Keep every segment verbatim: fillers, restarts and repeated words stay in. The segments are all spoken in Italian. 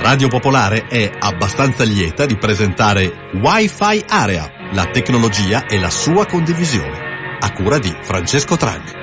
Radio Popolare è abbastanza lieta di presentare Wi-Fi Area, la tecnologia e la sua condivisione, a cura di Francesco Tragg.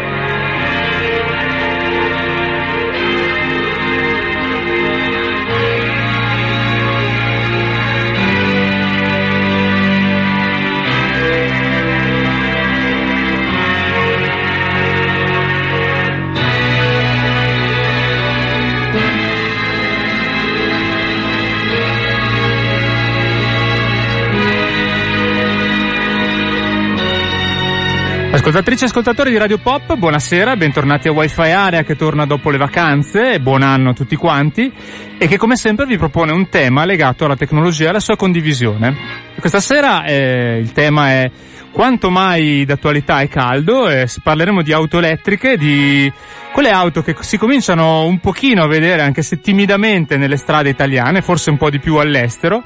Ascoltatrici e ascoltatori di Radio Pop, buonasera, bentornati a Wi-Fi Area che torna dopo le vacanze, buon anno a tutti quanti, e che come sempre vi propone un tema legato alla tecnologia e alla sua condivisione. Questa sera eh, il tema è quanto mai d'attualità e caldo, e parleremo di auto elettriche, di quelle auto che si cominciano un pochino a vedere anche se timidamente nelle strade italiane, forse un po' di più all'estero.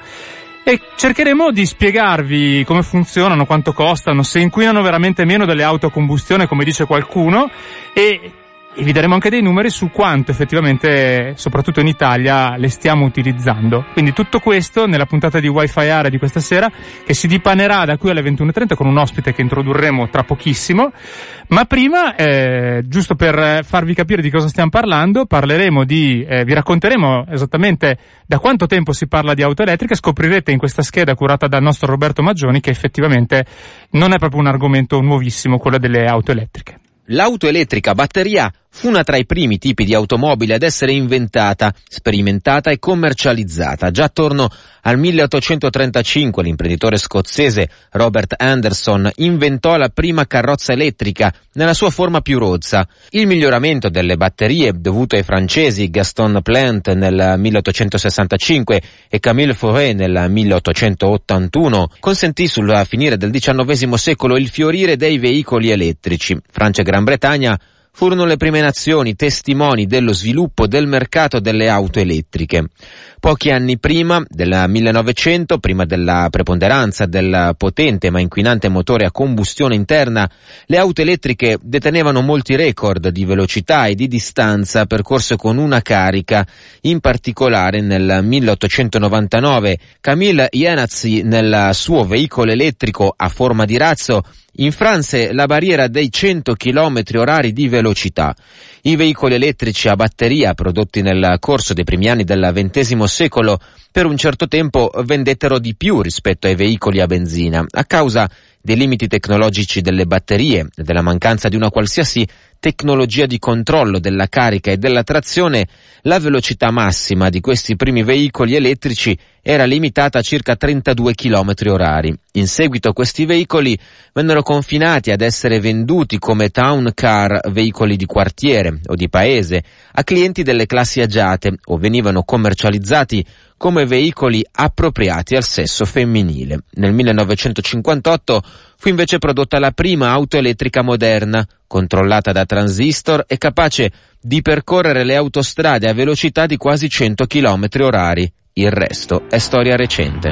E cercheremo di spiegarvi come funzionano, quanto costano, se inquinano veramente meno delle auto a combustione, come dice qualcuno, e, e vi daremo anche dei numeri su quanto effettivamente, soprattutto in Italia, le stiamo utilizzando. Quindi tutto questo nella puntata di Wi-Fi Area di questa sera, che si dipanerà da qui alle ventuno e trenta con un ospite che introdurremo tra pochissimo. Ma prima, eh, giusto per farvi capire di cosa stiamo parlando, parleremo di, eh, vi racconteremo esattamente da quanto tempo si parla di auto elettriche. Scoprirete in questa scheda curata dal nostro Roberto Maggioni che effettivamente non è proprio un argomento nuovissimo quello delle auto elettriche. L'auto elettrica a batteria fu una tra i primi tipi di automobile ad essere inventata, sperimentata e commercializzata. Già attorno al milleottocentotrentacinque l'imprenditore scozzese Robert Anderson inventò la prima carrozza elettrica nella sua forma più rozza. Il miglioramento delle batterie, dovuto ai francesi Gaston Plant nel milleottocentosessantacinque e Camille Fauré nel milleottocentottantuno, consentì sul finire del diciannovesimo secolo il fiorire dei veicoli elettrici. Francia e Gran Bretagna furono le prime nazioni testimoni dello sviluppo del mercato delle auto elettriche. Pochi anni prima del millenovecento, prima della preponderanza del potente ma inquinante motore a combustione interna, le auto elettriche detenevano molti record di velocità e di distanza percorse con una carica. In particolare nel milleottocentonovantanove Camille Jenatzy, nel suo veicolo elettrico a forma di razzo, infranse la barriera dei cento chilometri orari di velocità. I veicoli elettrici a batteria prodotti nel corso dei primi anni del ventesimo secolo per un certo tempo vendettero di più rispetto ai veicoli a benzina, a causa dei limiti tecnologici delle batterie e della mancanza di una qualsiasi tecnologia di controllo della carica e della trazione. La velocità massima di questi primi veicoli elettrici era limitata a circa trentadue chilometri orari. In seguito questi veicoli vennero confinati ad essere venduti come town car, veicoli di quartiere o di paese, a clienti delle classi agiate, o venivano commercializzati come veicoli appropriati al sesso femminile. Nel millenovecentocinquantotto fu invece prodotta la prima auto elettrica moderna, controllata da transistor e capace di percorrere le autostrade a velocità di quasi cento chilometri orari. Il resto è storia recente.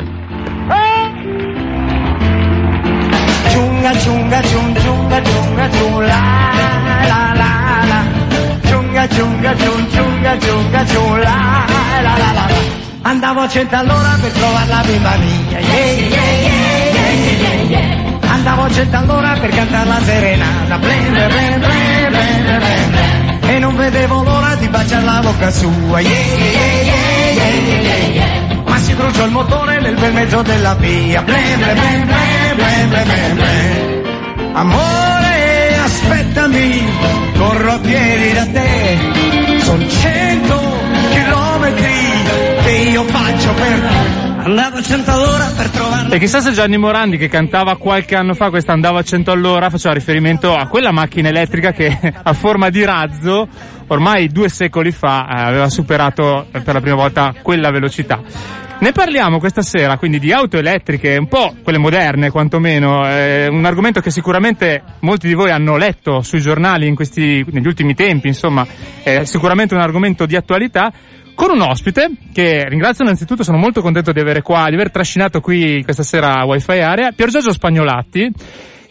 Giunga, giunga, giunga, giunga, giunga, giunga, la, la, la, la. Giunga, giunga, giunga, giunga, giunga, giunga, la, la, la, la. Andavo a cento all'ora per trovare la bimba mia, yeah, yeah, yeah, yeah, yeah, yeah. Andavo a cento all'ora per cantare la serenata, blem, blem, blem, blem, blem, blem. E non vedevo l'ora di baciare la bocca sua, yeah, yeah, yeah, yeah, yeah, yeah. Ma si bruciò il motore nel bel mezzo della via, blem, blem, blem, blem, blem, blem, blem. Amore, aspettami, corro a piedi da te, son cento chilometri che io faccio per te. Andavo a cento all'ora per trovare. E chissà se Gianni Morandi, che cantava qualche anno fa questa Andavo a cento all'ora, faceva riferimento a quella macchina elettrica che a forma di razzo ormai due secoli fa aveva superato per la prima volta quella velocità. Ne parliamo questa sera quindi di auto elettriche, un po' quelle moderne quantomeno, eh, un argomento che sicuramente molti di voi hanno letto sui giornali in questi, negli ultimi tempi, insomma, è sicuramente un argomento di attualità, con un ospite che ringrazio innanzitutto, sono molto contento di avere qua, di aver trascinato qui questa sera a Wi-Fi Area, Pier Giorgio Spagnolatti,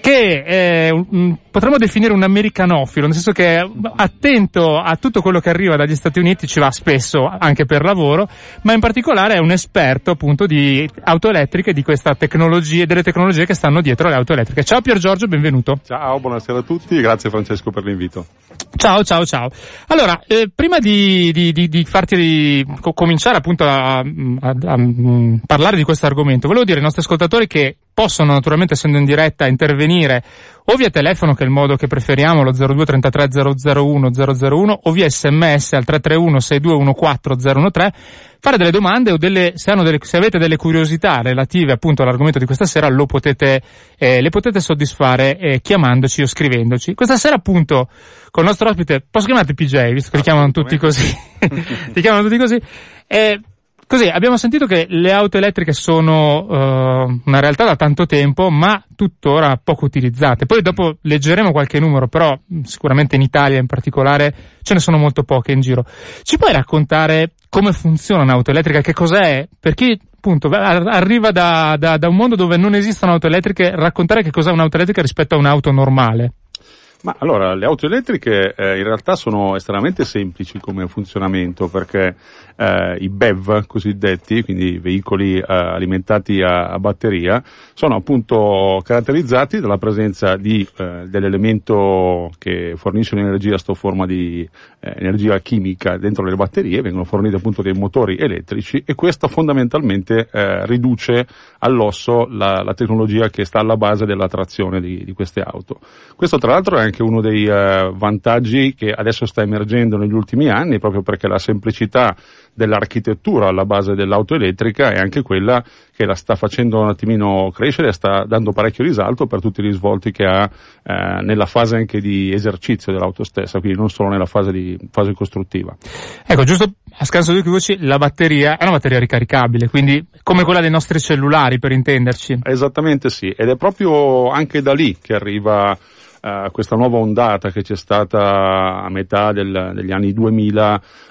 che è un, potremmo definire un americanofilo, nel senso che è attento a tutto quello che arriva dagli Stati Uniti, ci va spesso anche per lavoro, ma in particolare è un esperto appunto di auto elettriche, di questa tecnologia, delle tecnologie che stanno dietro alle auto elettriche. Ciao Pier Giorgio, benvenuto. Ciao, buonasera a tutti, grazie Francesco per l'invito. Ciao, ciao, ciao. Allora, eh, prima di, di, di, di farti co- cominciare appunto a, a, a, a parlare di questo argomento, volevo dire ai nostri ascoltatori che possono naturalmente, essendo in diretta, intervenire o via telefono, che è il modo che preferiamo, lo zero due trentatré zero zero uno zero zero uno, o via sms al tre tre uno sei due uno quattro zero uno tre, fare delle domande o delle, se, hanno delle, se avete delle curiosità relative appunto all'argomento di questa sera, lo potete, eh, le potete soddisfare eh, chiamandoci o scrivendoci. Questa sera appunto con il nostro ospite, posso chiamarti P J, visto che ti chiamano tutti così, ti chiamano tutti così, eh, Così, abbiamo sentito che le auto elettriche sono uh, una realtà da tanto tempo, ma tuttora poco utilizzate. Poi dopo leggeremo qualche numero, però sicuramente in Italia in particolare ce ne sono molto poche in giro. Ci puoi raccontare come funziona un'auto elettrica, che cos'è? Per chi appunto arriva da, da, da un mondo dove non esistono auto elettriche, raccontare che cos'è un'auto elettrica rispetto a un'auto normale. Ma allora, le auto elettriche eh, in realtà sono estremamente semplici come funzionamento, perché eh, i B E V cosiddetti, quindi i veicoli eh, alimentati a, a batteria, sono appunto caratterizzati dalla presenza di eh, dell'elemento che fornisce l'energia sotto forma di eh, energia chimica dentro le batterie, vengono forniti appunto dei motori elettrici, e questo fondamentalmente eh, riduce all'osso la, la tecnologia che sta alla base della trazione di, di queste auto. Questo tra l'altro è anche uno dei uh, vantaggi che adesso sta emergendo negli ultimi anni, proprio perché la semplicità dell'architettura alla base dell'auto elettrica è anche quella che la sta facendo un attimino crescere e sta dando parecchio risalto per tutti i risvolti che ha eh, nella fase anche di esercizio dell'auto stessa, quindi non solo nella fase di fase costruttiva. Ecco, giusto a scanso di voci, la batteria è una batteria ricaricabile, quindi come quella dei nostri cellulari, per intenderci. Esattamente sì, ed è proprio anche da lì che arriva Uh, questa nuova ondata che c'è stata a metà del, degli anni duemila,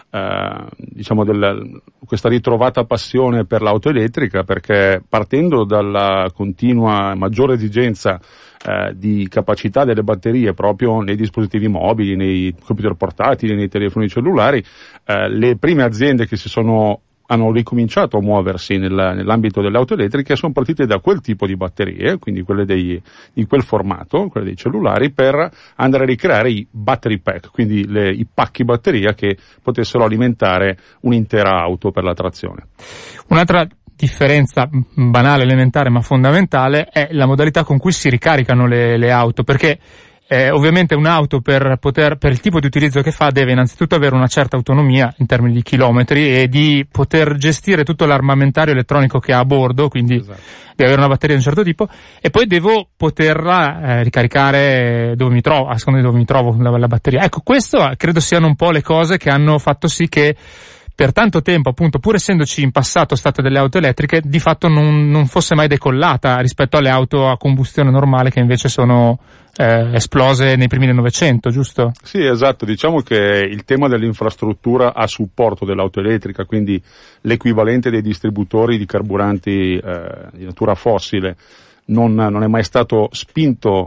uh, diciamo del, questa ritrovata passione per l'auto elettrica, perché partendo dalla continua maggiore esigenza uh, di capacità delle batterie proprio nei dispositivi mobili, nei computer portatili, nei telefoni cellulari, uh, le prime aziende che si sono hanno ricominciato a muoversi nel, nell'ambito delle auto elettriche sono partite da quel tipo di batterie, quindi quelle dei, di quel formato, quelle dei cellulari, per andare a ricreare i battery pack, quindi le, i pacchi batteria che potessero alimentare un'intera auto per la trazione. Un'altra differenza banale, elementare, ma fondamentale è la modalità con cui si ricaricano le, le auto, perché Eh, ovviamente un'auto per poter, per il tipo di utilizzo che fa, deve innanzitutto avere una certa autonomia in termini di chilometri e di poter gestire tutto l'armamentario elettronico che ha a bordo, quindi esatto, deve avere una batteria di un certo tipo, e poi devo poterla eh, ricaricare dove mi trovo, a seconda di dove mi trovo la, la batteria. Ecco, questo credo siano un po' le cose che hanno fatto sì che per tanto tempo, appunto, pur essendoci in passato state delle auto elettriche, di fatto non, non fosse mai decollata rispetto alle auto a combustione normale, che invece sono eh, esplose nei primi del Novecento, giusto? Sì, esatto. Diciamo che il tema dell'infrastruttura a supporto dell'auto elettrica, quindi l'equivalente dei distributori di carburanti eh, di natura fossile, Non, non è mai stato spinto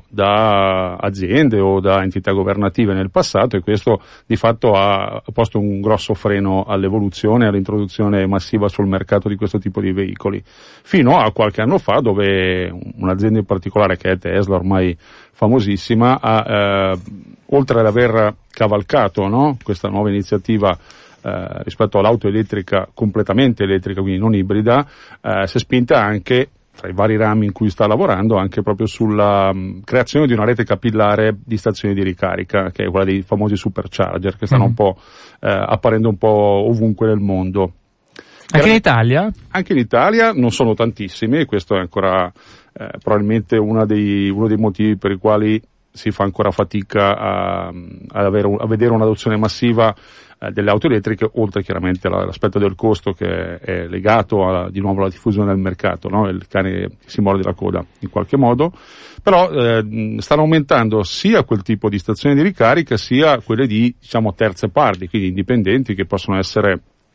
da aziende o da entità governative nel passato, e questo di fatto ha posto un grosso freno all'evoluzione e all'introduzione massiva sul mercato di questo tipo di veicoli, fino a qualche anno fa, dove un'azienda in particolare, che è Tesla, ormai famosissima, ha eh, oltre ad aver cavalcato, no, questa nuova iniziativa eh, rispetto all'auto elettrica completamente elettrica, quindi non ibrida, eh, si è spinta anche, tra i vari rami in cui sta lavorando, anche proprio sulla um, creazione di una rete capillare di stazioni di ricarica, che è quella dei famosi supercharger, che stanno mm. un po' eh, apparendo un po' ovunque nel mondo. Anche in Italia? Anche in Italia non sono tantissimi, e questo è ancora eh, probabilmente uno dei, uno dei motivi per i quali si fa ancora fatica a, a, avere, a vedere un'adozione massiva eh, delle auto elettriche, oltre chiaramente all'aspetto del costo, che è legato a, di nuovo alla diffusione del mercato, no? Il cane si morde la coda in qualche modo, però eh, stanno aumentando sia quel tipo di stazioni di ricarica, sia quelle di, diciamo, terze parti, quindi indipendenti, che possono essere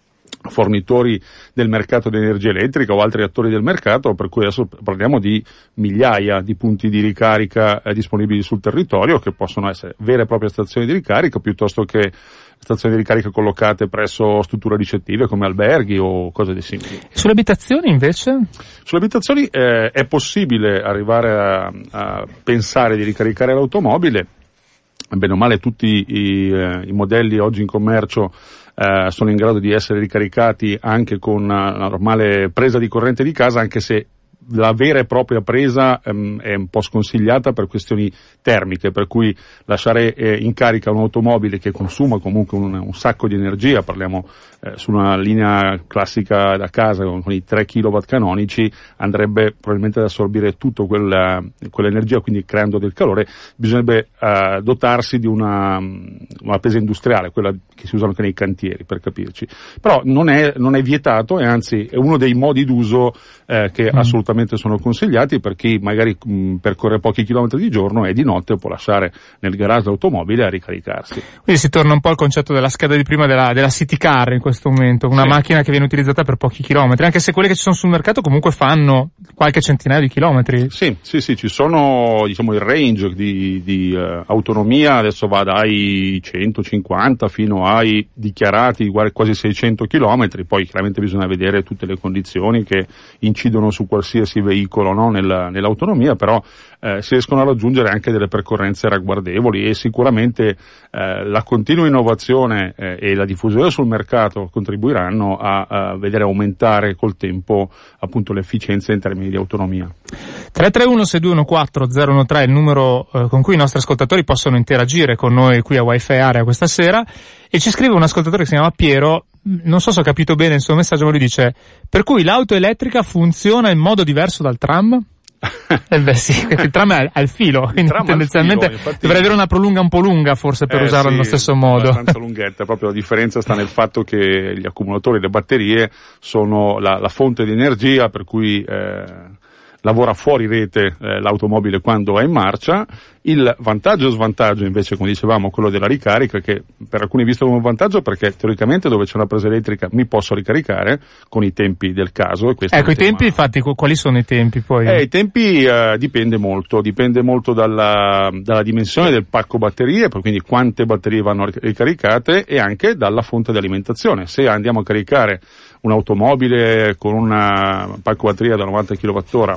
fornitori del mercato di energia elettrica o altri attori del mercato, per cui adesso parliamo di migliaia di punti di ricarica eh, disponibili sul territorio, che possono essere vere e proprie stazioni di ricarica piuttosto che stazioni di ricarica collocate presso strutture ricettive come alberghi o cose di simili. Sulle abitazioni invece? Sulle abitazioni eh, è possibile arrivare a, a pensare di ricaricare l'automobile. Bene o male tutti i, eh, i modelli oggi in commercio eh, sono in grado di essere ricaricati anche con una normale presa di corrente di casa, anche se la vera e propria presa ehm, è un po' sconsigliata per questioni termiche, per cui lasciare eh, in carica un'automobile che consuma comunque un, un sacco di energia, parliamo eh, su una linea classica da casa con, con i tre chilowatt canonici, andrebbe probabilmente ad assorbire tutto quella, quell'energia, quindi creando del calore. Bisognerebbe eh, dotarsi di una, una presa industriale, quella che si usa anche nei cantieri, per capirci. Però non è, non è vietato, e anzi è uno dei modi d'uso eh, che mm. assolutamente sono consigliati per chi magari mh, percorre pochi chilometri di giorno e di notte può lasciare nel garage l'automobile a ricaricarsi. Quindi si torna un po' al concetto della scheda di prima della, della city car in questo momento, una sì. macchina che viene utilizzata per pochi chilometri, anche se quelle che ci sono sul mercato comunque fanno qualche centinaio di chilometri. Sì, sì, sì, ci sono, diciamo, il range di, di uh, autonomia adesso va dai centocinquanta fino ai dichiarati quasi seicento chilometri, poi chiaramente bisogna vedere tutte le condizioni che incidono su qualsiasi veicolo, no, nella, nell'autonomia, però eh, si riescono a raggiungere anche delle percorrenze ragguardevoli, e sicuramente eh, la continua innovazione eh, e la diffusione sul mercato contribuiranno a, a vedere aumentare col tempo appunto l'efficienza in termini di autonomia. tre tre uno sei due uno quattro zero uno tre è il numero eh, con cui i nostri ascoltatori possono interagire con noi qui a Wi-Fi Area questa sera, e ci scrive un ascoltatore che si chiama Piero. Non so se ho capito bene il suo messaggio, ma lui dice: per cui l'auto elettrica funziona in modo diverso dal tram? Eh beh sì, il tram è al filo, quindi tendenzialmente filo, infatti, dovrei avere una prolunga un po' lunga forse per eh, usarla sì, nello stesso modo. Abbastanza lunghetta, proprio la differenza sta nel fatto che gli accumulatori e le batterie sono la, la fonte di energia, per cui eh, lavora fuori rete eh, l'automobile quando è in marcia. Il vantaggio e svantaggio invece, come dicevamo, quello della ricarica, che per alcuni è visto come un vantaggio perché teoricamente dove c'è una presa elettrica mi posso ricaricare con i tempi del caso. E questo ecco, i tema... tempi, infatti, quali sono i tempi poi? Eh, i tempi eh, dipende molto, dipende molto dalla, dalla dimensione del pacco batterie, quindi quante batterie vanno ricaricate, e anche dalla fonte di alimentazione. Se andiamo a caricare un'automobile con una pacco batteria da novanta chilowattora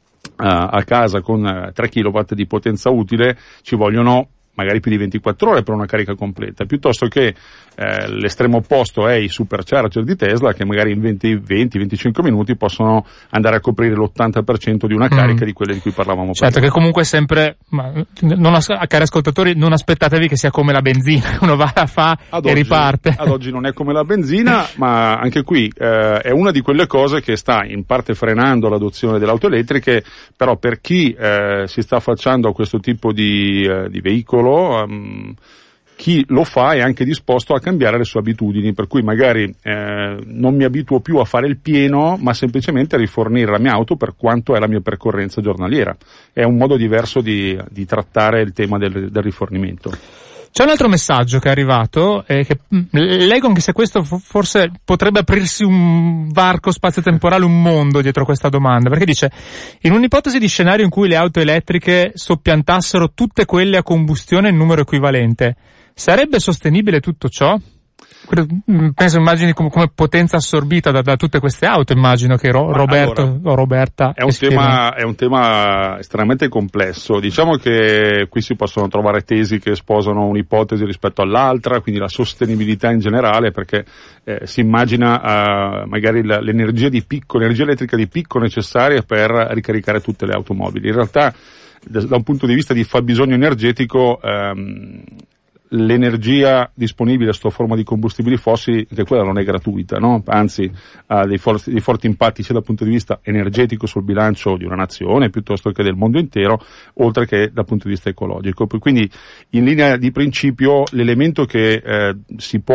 a casa con tre chilowatt di potenza utile, ci vogliono magari più di ventiquattro ore per una carica completa, piuttosto che eh, l'estremo opposto è i supercharger di Tesla, che magari in venti venticinque minuti possono andare a coprire l'ottanta per cento di una carica mm. di quelle di cui parlavamo certo, prima. Certo, che comunque sempre, ma, non as- cari ascoltatori, non aspettatevi che sia come la benzina, uno va, la fa ad e oggi, riparte. Ad oggi non è come la benzina, ma anche qui eh, è una di quelle cose che sta in parte frenando l'adozione delle auto elettriche, però per chi eh, si sta affacciando a questo tipo di, eh, di veicolo, Um, chi lo fa è anche disposto a cambiare le sue abitudini, per cui magari eh, non mi abituo più a fare il pieno, ma semplicemente a rifornire la mia auto per quanto è la mia percorrenza giornaliera. È un modo diverso di, di trattare il tema del, del rifornimento. C'è un altro messaggio che è arrivato, eh, che leggo anche se questo forse potrebbe aprirsi un varco spazio-temporale, un mondo dietro questa domanda, perché dice: in un'ipotesi di scenario in cui le auto elettriche soppiantassero tutte quelle a combustione in numero equivalente, sarebbe sostenibile tutto ciò? Penso, immagini come, come potenza assorbita da, da tutte queste auto, immagino che Ro, Roberto allora, o Roberta è un tema è un tema estremamente complesso. Diciamo che qui si possono trovare tesi che sposano un'ipotesi rispetto all'altra, quindi la sostenibilità in generale, perché eh, si immagina uh, magari la, l'energia di picco, l'energia elettrica di picco necessaria per ricaricare tutte le automobili. In realtà, da, da un punto di vista di fabbisogno energetico, um, l'energia disponibile a sto forma di combustibili fossili, che quella non è gratuita, no? Anzi ha dei forti, dei forti impatti sia dal punto di vista energetico sul bilancio di una nazione piuttosto che del mondo intero, oltre che dal punto di vista ecologico. Quindi in linea di principio l'elemento che eh, si può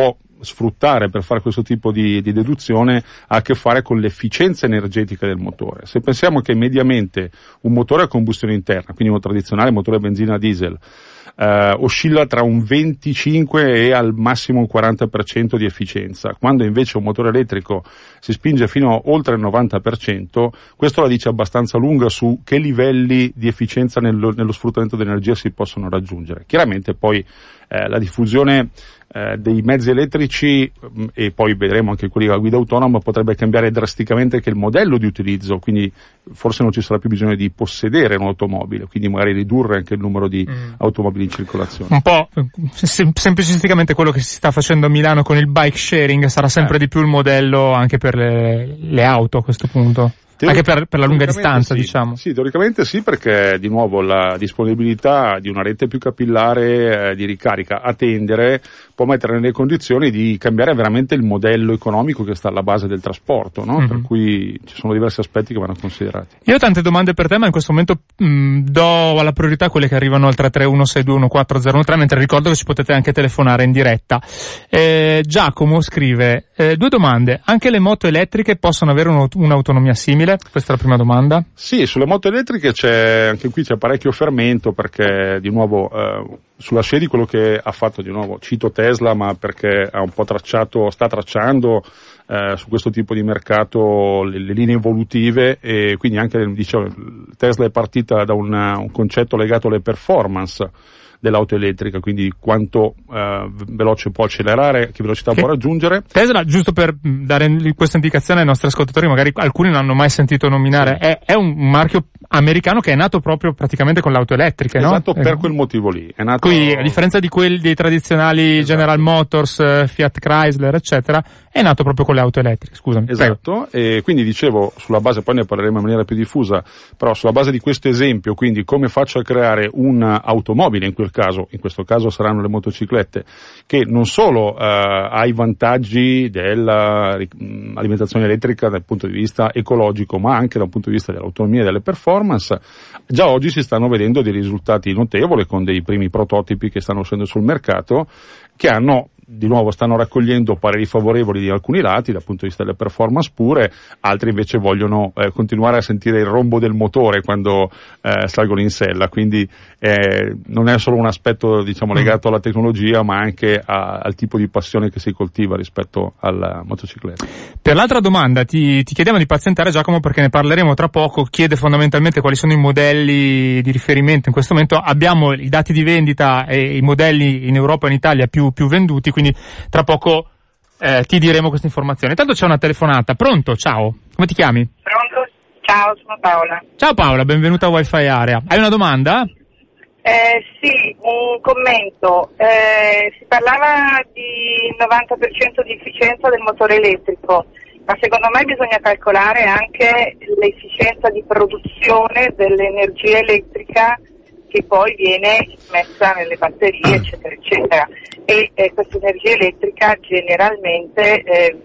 sfruttare per fare questo tipo di, di deduzione ha a che fare con l'efficienza energetica del motore. Se pensiamo che mediamente un motore a combustione interna, quindi un tradizionale motore a benzina diesel, Uh, oscilla tra un venticinque e al massimo un quaranta per cento di efficienza, quando invece un motore elettrico si spinge fino a oltre il novanta per cento, questo la dice abbastanza lunga su che livelli di efficienza nello, nello sfruttamento dell'energia si possono raggiungere. Chiaramente poi eh, la diffusione eh, dei mezzi elettrici mh, e poi vedremo anche quelli a guida autonoma potrebbe cambiare drasticamente anche il modello di utilizzo, quindi forse non ci sarà più bisogno di possedere un'automobile, quindi magari ridurre anche il numero di mm. automobili in circolazione. Un po' sem- semplicisticamente quello che si sta facendo a Milano con il bike sharing sarà sempre eh. di più il modello anche per le, le auto a questo punto. Anche per, per la lunga distanza, sì. diciamo. Sì, teoricamente sì, perché di nuovo la disponibilità di una rete più capillare eh, di ricarica a tendere può mettere nelle condizioni di cambiare veramente il modello economico che sta alla base del trasporto, no? Mm-hmm. Per cui ci sono diversi aspetti che vanno considerati. Io ho tante domande per te, ma in questo momento mh, do alla priorità quelle che arrivano al tre tre uno sei due uno quattro zero uno tre, mentre ricordo che ci potete anche telefonare in diretta. Eh, Giacomo scrive, eh, due domande, anche le moto elettriche possono avere un, un'autonomia simile? Questa è la prima domanda. Sì, sulle moto elettriche c'è, anche qui c'è parecchio fermento, perché di nuovo eh, sulla scia di quello che ha fatto, di nuovo cito Tesla, ma perché ha un po' tracciato, sta tracciando eh, su questo tipo di mercato le, le linee evolutive, e quindi anche diciamo Tesla è partita da una, un concetto legato alle performance dell'auto elettrica, quindi quanto eh, veloce può accelerare, che velocità che può raggiungere. Tesla, giusto per dare questa indicazione ai nostri ascoltatori, magari alcuni non hanno mai sentito nominare, sì. è, è un marchio americano che è nato proprio praticamente con l'auto elettrica, esatto, no? Per eh. quel motivo lì. È nato... Qui, a differenza di quelli dei tradizionali esatto. General Motors, Fiat Chrysler, eccetera, è nato proprio con le auto elettriche, scusami. Esatto, prego. E quindi dicevo, sulla base, poi ne parleremo in maniera più diffusa, però sulla base di questo esempio, quindi come faccio a creare un'automobile, in quel caso, in questo caso saranno le motociclette, che non solo eh, ha i vantaggi dell'alimentazione elettrica dal punto di vista ecologico, ma anche dal punto di vista dell'autonomia e delle performance, già oggi si stanno vedendo dei risultati notevoli con dei primi prototipi che stanno uscendo sul mercato, che hanno di nuovo stanno raccogliendo pareri favorevoli di alcuni lati dal punto di vista delle performance pure, altri invece vogliono eh, continuare a sentire il rombo del motore quando eh, salgono in sella, quindi eh, non è solo un aspetto diciamo legato alla tecnologia, ma anche a, al tipo di passione che si coltiva rispetto alla motocicletta. Per l'altra domanda ti, ti chiediamo di pazientare, Giacomo, perché ne parleremo tra poco. Chiede fondamentalmente quali sono i modelli di riferimento in questo momento. Abbiamo i dati di vendita e i modelli in Europa e in Italia più, più venduti, quindi tra poco eh, ti diremo questa informazione. Intanto c'è una telefonata. Pronto? Ciao. Come ti chiami? Pronto? Ciao, sono Paola. Ciao Paola, benvenuta a Wi-Fi Area. Hai una domanda? Eh, sì, un commento. Eh, si parlava di novanta per cento di efficienza del motore elettrico, ma secondo me bisogna calcolare anche l'efficienza di produzione dell'energia elettrica che poi viene messa nelle batterie, eccetera, eccetera. E eh, questa energia elettrica generalmente eh,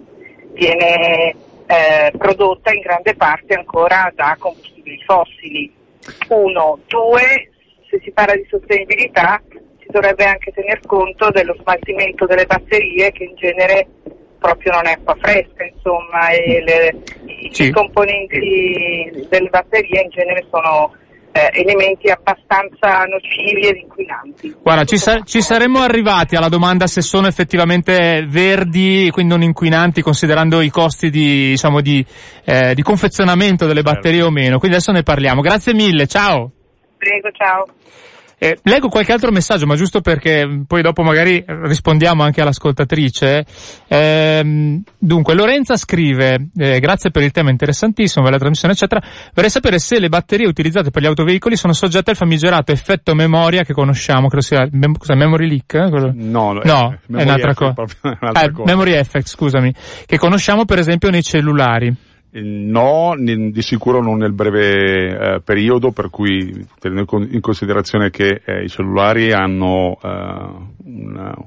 viene eh, prodotta in grande parte ancora da combustibili fossili. Uno. Due, se si parla di sostenibilità, si dovrebbe anche tener conto dello smaltimento delle batterie, che in genere proprio non è acqua fresca, insomma, e le, sì. i componenti delle batterie in genere sono Eh, elementi abbastanza nocivi ed inquinanti. Guarda, ci, sa- ci saremmo arrivati alla domanda se sono effettivamente verdi, quindi non inquinanti, considerando i costi di, diciamo, di, eh, di confezionamento delle batterie o meno. Quindi adesso ne parliamo. Grazie mille, ciao. Prego, ciao. Eh, leggo qualche altro messaggio, ma giusto perché poi dopo magari rispondiamo anche all'ascoltatrice. Eh, dunque, Lorenza scrive, eh, grazie per il tema interessantissimo, per la trasmissione, eccetera. Vorrei sapere se le batterie utilizzate per gli autoveicoli sono soggette al famigerato effetto memoria che conosciamo, credo sia, mem- cos'è, memory leak? Eh? Quello... No, no è, è un'altra, co- un'altra eh, cosa. Memory effect, scusami, che conosciamo per esempio nei cellulari. No, di sicuro non nel breve eh, periodo, per cui tenendo in considerazione che eh, i cellulari hanno eh, una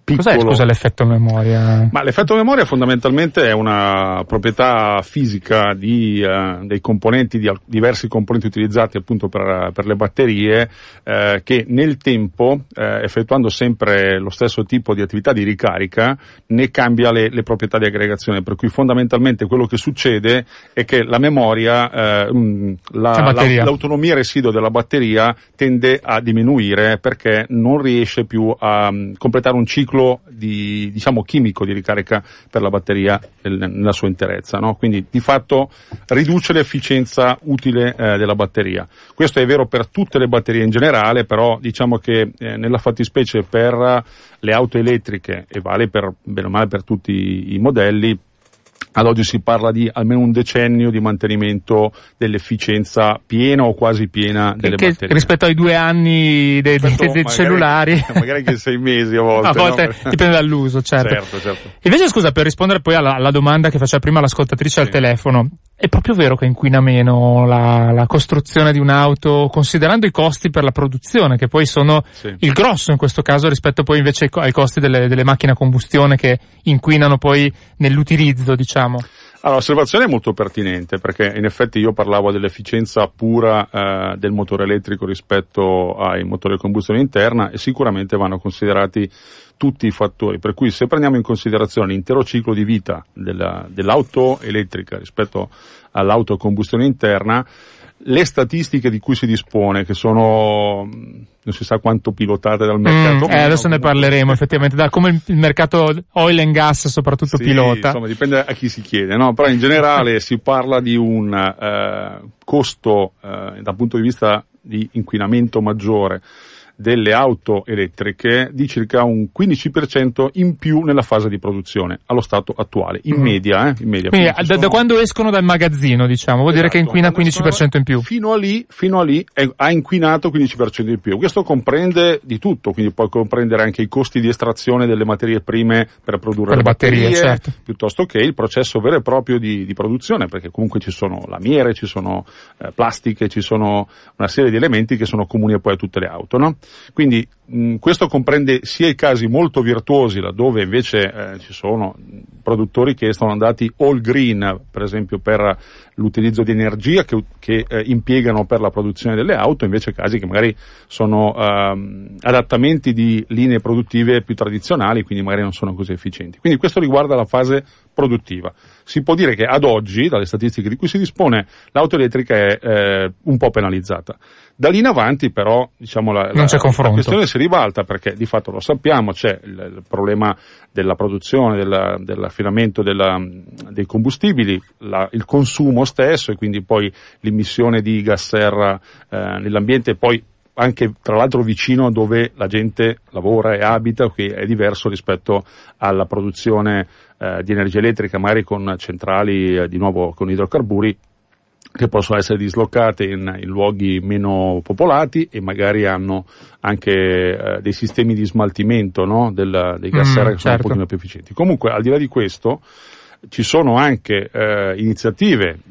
piccolo. Cos'è, scusa, l'effetto memoria? Ma l'effetto memoria fondamentalmente è una proprietà fisica di, uh, dei componenti, di al- diversi componenti utilizzati appunto per, per le batterie, eh, che nel tempo, eh, effettuando sempre lo stesso tipo di attività di ricarica, ne cambia le, le proprietà di aggregazione, per cui fondamentalmente quello che succede è che la memoria, eh, la, la, l'autonomia residua della batteria tende a diminuire perché non riesce più a um, completare un ciclo di, diciamo, chimico di ricarica per la batteria nella sua interezza, no? Quindi di fatto riduce l'efficienza utile eh, della batteria. Questo è vero per tutte le batterie in generale, però diciamo che eh, nella fattispecie per le auto elettriche, e vale per bene o male per tutti i modelli, ad oggi si parla di almeno un decennio di mantenimento dell'efficienza piena o quasi piena delle che, batterie. Rispetto ai due anni dei, dei, dei magari, cellulari. Magari che sei mesi a volte. A volte no? Dipende dall'uso, certo. Certo, certo. Invece scusa, per rispondere poi alla, alla domanda che faceva prima l'ascoltatrice sì. al telefono, è proprio vero che inquina meno la, la costruzione di un'auto, considerando i costi per la produzione, che poi sono sì. il grosso in questo caso rispetto poi invece ai, ai costi delle, delle macchine a combustione che inquinano poi nell'utilizzo, diciamo? Allora, l'osservazione è molto pertinente, perché in effetti io parlavo dell'efficienza pura eh, del motore elettrico rispetto ai motori a combustione interna, e sicuramente vanno considerati tutti i fattori, per cui se prendiamo in considerazione l'intero ciclo di vita della, dell'auto elettrica rispetto all'auto a combustione interna, le statistiche di cui si dispone, che sono non si sa quanto pilotate dal mercato. Mm, eh, adesso ne parleremo effettivamente, da come il mercato oil and gas soprattutto sì, pilota. Insomma, dipende a chi si chiede, no? Però in generale si parla di un eh, costo eh, dal punto di vista di inquinamento maggiore delle auto elettriche di circa un quindici per cento in più nella fase di produzione allo stato attuale, in mm. media, eh, in media. Quindi da, sono... da quando escono dal magazzino, diciamo, vuol esatto, dire che inquina quindici per cento in più. Fino a lì, fino a lì è, ha inquinato quindici per cento in più. Questo comprende di tutto, quindi puoi comprendere anche i costi di estrazione delle materie prime per produrre per le batterie, batterie certo. piuttosto che il processo vero e proprio di, di produzione, perché comunque ci sono lamiere, ci sono eh, plastiche, ci sono una serie di elementi che sono comuni poi a tutte le auto, no? Quindi mh, questo comprende sia i casi molto virtuosi, laddove invece eh, ci sono produttori che sono andati all green, per esempio per l'utilizzo di energia che, che eh, impiegano per la produzione delle auto, invece casi che magari sono ehm, adattamenti di linee produttive più tradizionali, quindi magari non sono così efficienti. Quindi questo riguarda la fase produttiva. Si può dire che ad oggi, dalle statistiche di cui si dispone, l'auto elettrica è eh, un po' penalizzata. Da lì in avanti però, diciamo, la, la, la questione si ribalta, perché di fatto lo sappiamo, c'è il, il problema della produzione, della, dell'affinamento della, dei combustibili, la, il consumo stesso, e quindi poi l'emissione di gas serra eh, nell'ambiente, e poi anche tra l'altro vicino dove la gente lavora e abita, che è diverso rispetto alla produzione eh, di energia elettrica, magari con centrali eh, di nuovo con idrocarburi, che possono essere dislocate in, in luoghi meno popolati e magari hanno anche eh, dei sistemi di smaltimento, no? Del, dei gas serra mm, che sono certo. un pochino più efficienti. Comunque, al di là di questo, ci sono anche eh, iniziative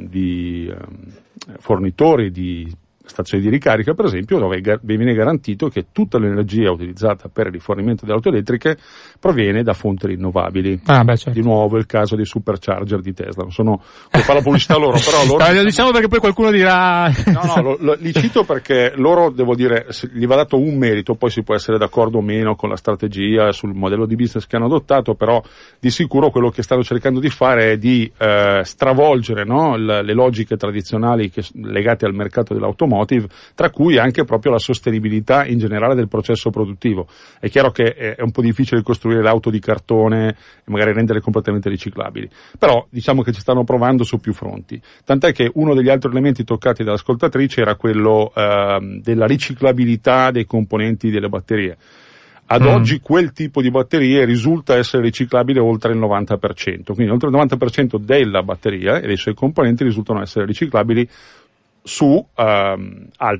di eh, fornitori di stazioni di ricarica, per esempio, dove viene garantito che tutta l'energia utilizzata per il rifornimento delle auto elettriche proviene da fonti rinnovabili. Ah, beh, certo. Di nuovo il caso dei supercharger di Tesla. Non sono, può fare la pubblicità loro, però loro... Lo diciamo perché poi qualcuno dirà... No, no, lo, lo, li cito perché loro, devo dire, gli va dato un merito, poi si può essere d'accordo o meno con la strategia, sul modello di business che hanno adottato, però di sicuro quello che stanno cercando di fare è di eh, stravolgere, no, le, le logiche tradizionali che, legate al mercato dell'automobile, tra cui anche proprio la sostenibilità in generale del processo produttivo. È chiaro che è un po' difficile costruire l'auto di cartone e magari renderle completamente riciclabili, però diciamo che ci stanno provando su più fronti, tant'è che uno degli altri elementi toccati dall'ascoltatrice era quello eh, della riciclabilità dei componenti delle batterie. Ad mm. oggi quel tipo di batterie risulta essere riciclabile oltre il novanta per cento, quindi oltre il novanta per cento della batteria e dei suoi componenti risultano essere riciclabili su um, altri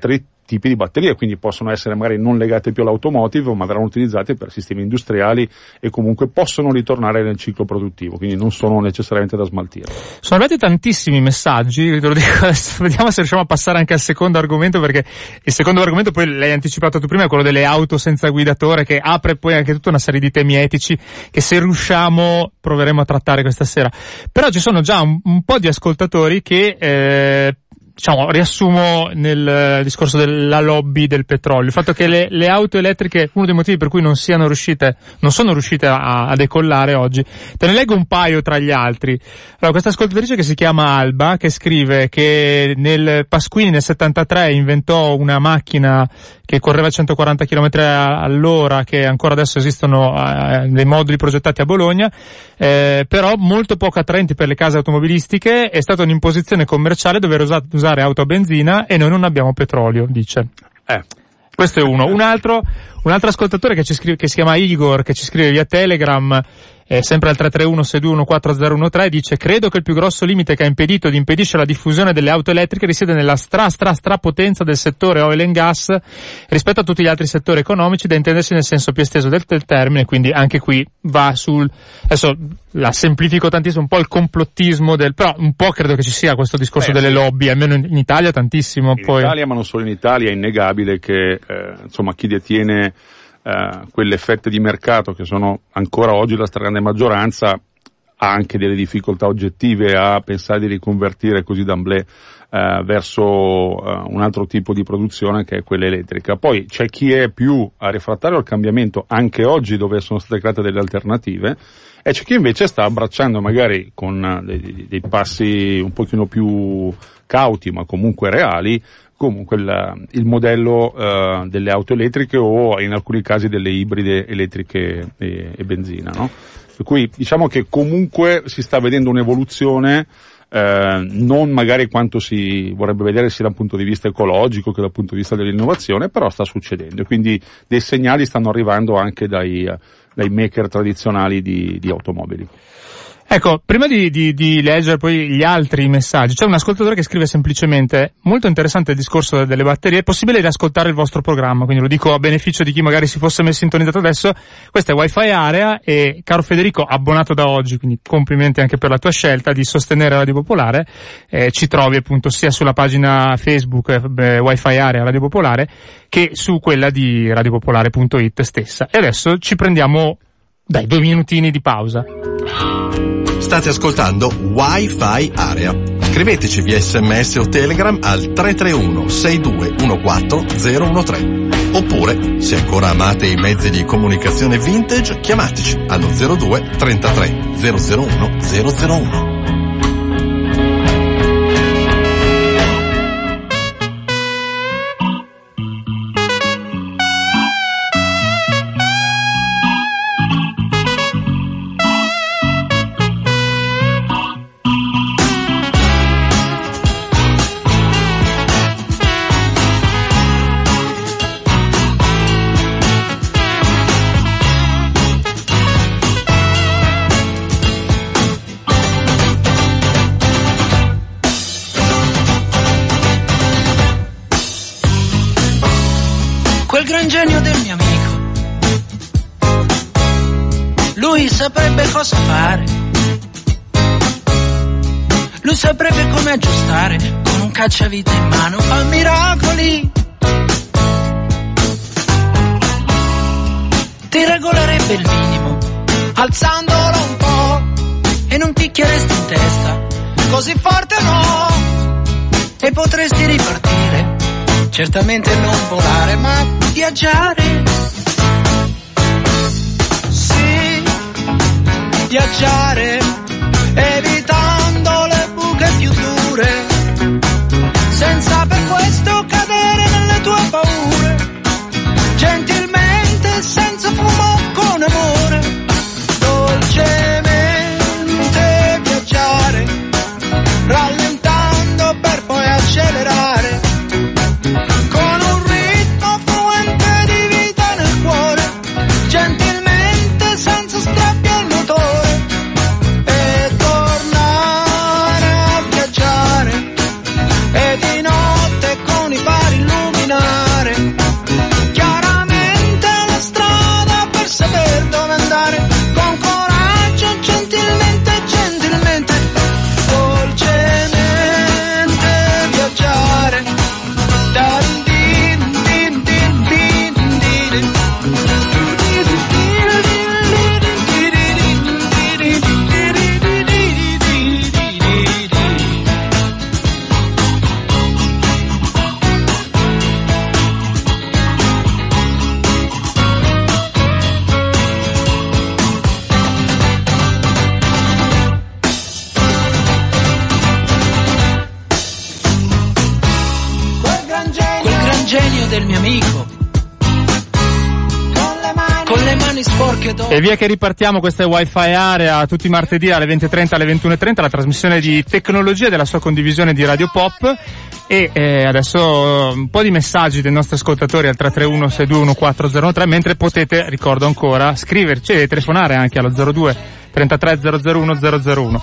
tipi di batterie, quindi possono essere magari non legate più all'automotive, ma verranno utilizzate per sistemi industriali e comunque possono ritornare nel ciclo produttivo, quindi non sono necessariamente da smaltire. Sono arrivati tantissimi messaggi, te lo dico adesso, vediamo se riusciamo a passare anche al secondo argomento, perché il secondo argomento poi l'hai anticipato tu prima, è quello delle auto senza guidatore, che apre poi anche tutta una serie di temi etici che se riusciamo proveremo a trattare questa sera. Però ci sono già un, un po' di ascoltatori che eh, diciamo, riassumo nel discorso della lobby del petrolio, il fatto che le, le auto elettriche, uno dei motivi per cui non siano riuscite, non sono riuscite a, a decollare oggi. Te ne leggo un paio tra gli altri. Allora, questa ascoltatrice che si chiama Alba, che scrive che nel Pasquini nel settantatré inventò una macchina che correva a centoquaranta chilometri all'ora, che ancora adesso esistono eh, dei moduli progettati a Bologna, eh, però molto poco attraenti per le case automobilistiche. È stata un'imposizione commerciale dover usare, usare auto a benzina e noi non abbiamo petrolio, dice. Eh. Questo è uno. Un altro, un altro ascoltatore che ci scrive, che si chiama Igor, che ci scrive via Telegram, eh, sempre al tre tre uno sei due uno quattro zero uno tre, dice: credo che il più grosso limite che ha impedito ed impedisce la diffusione delle auto elettriche risiede nella stra stra stra potenza del settore oil and gas rispetto a tutti gli altri settori economici, da intendersi nel senso più esteso del, del termine. Quindi anche qui va sul, adesso la semplifico tantissimo, un po' il complottismo del, però un po' credo che ci sia questo discorso Beh, delle sì. lobby, almeno in, in Italia tantissimo. In poi. Italia, ma non solo in Italia, è innegabile che eh, insomma chi detiene Uh, quelle fette di mercato che sono ancora oggi la stragrande maggioranza ha anche delle difficoltà oggettive a pensare di riconvertire così d'amblè uh, verso uh, un altro tipo di produzione che è quella elettrica. Poi c'è chi è più a refrattario al cambiamento anche oggi, dove sono state create delle alternative, e c'è chi invece sta abbracciando magari con dei, dei passi un pochino più cauti ma comunque reali comunque il, il modello uh, delle auto elettriche o in alcuni casi delle ibride elettriche e, e benzina, no? Per cui diciamo che comunque si sta vedendo un'evoluzione, eh, non magari quanto si vorrebbe vedere sia dal punto di vista ecologico che dal punto di vista dell'innovazione, però sta succedendo, e quindi dei segnali stanno arrivando anche dai, dai maker tradizionali di, di automobili. Ecco, prima di, di, di leggere poi gli altri messaggi, c'è un ascoltatore che scrive semplicemente: molto interessante il discorso delle batterie, è possibile riascoltare il vostro programma, quindi lo dico a beneficio di chi magari si fosse messo sintonizzato adesso. Questo è Wi-Fi Area e, caro Federico, abbonato da oggi, quindi complimenti anche per la tua scelta di sostenere Radio Popolare, eh, ci trovi appunto sia sulla pagina Facebook eh, Wi-Fi Area Radio Popolare che su quella di radiopopolare punto it stessa. E adesso ci prendiamo, dai, due minutini di pausa. State ascoltando Wi-Fi Area. Scriveteci via sms o telegram al tre tre uno sei due uno quattro zero uno tre. Oppure, se ancora amate i mezzi di comunicazione vintage, chiamateci allo zero due trentatré zero zero uno zero zero uno. Genio del mio amico, lui saprebbe cosa fare, lui saprebbe come aggiustare, con un cacciavite in mano fa miracoli, ti regolerebbe il minimo alzandolo un po' e non picchieresti in testa così forte, no, e potresti ripartire. Certamente non volare, ma viaggiare. Sì, viaggiare, evitando le buche più dure, senza per questo cadere nelle tue paure. Gentilmente, senza fumo, con amore, dolcemente viaggiare, rallentando per poi accelerare. Senza mani sporche dopo. E via che ripartiamo, questa è Wi-Fi Area, tutti i martedì alle venti e trenta, alle ventuno e trenta, la trasmissione di tecnologia della sua condivisione di Radio Pop. E eh, adesso un po' di messaggi dei nostri ascoltatori al tre tre uno sei due uno quattro zero tre, mentre potete, ricordo ancora, scriverci e telefonare anche allo zero due trentatré zero zero uno zero zero uno.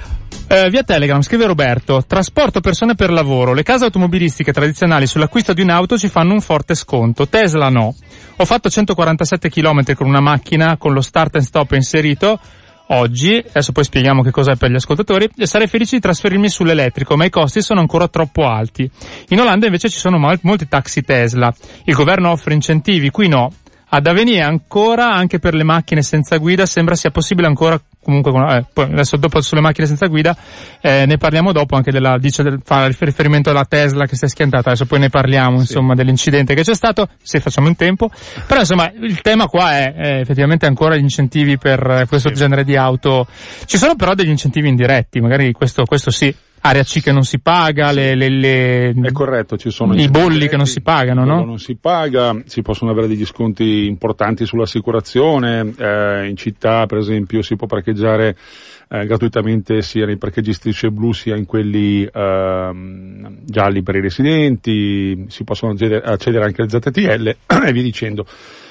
Eh, via Telegram scrive Roberto: trasporto persone per lavoro, le case automobilistiche tradizionali sull'acquisto di un'auto ci fanno un forte sconto, Tesla no. Ho fatto centoquarantasette chilometri con una macchina con lo start and stop inserito oggi, adesso poi spieghiamo che cos'è per gli ascoltatori, e sarei felice di trasferirmi sull'elettrico, ma i costi sono ancora troppo alti. In Olanda invece ci sono mal- molti taxi Tesla, il governo offre incentivi, qui no. Ad avvenire ancora anche per le macchine senza guida, sembra sia possibile ancora comunque, eh, poi adesso dopo sulle macchine senza guida eh, ne parliamo dopo, anche della, dice del, fa riferimento alla Tesla che si è schiantata, adesso poi ne parliamo, sì, insomma, dell'incidente che c'è stato, se facciamo in tempo. Però insomma il tema qua è, è effettivamente ancora gli incentivi per questo, sì, genere di auto. Ci sono però degli incentivi indiretti, magari questo, questo sì. Area C che non si paga, le, le, le è corretto, ci sono i bolli che non si pagano, no? Non si paga, si possono avere degli sconti importanti sull'assicurazione, eh, in città per esempio si può parcheggiare eh, gratuitamente sia nei parcheggi strisce blu sia in quelli eh, gialli per i residenti, si possono accedere, accedere anche al Z T L e via dicendo.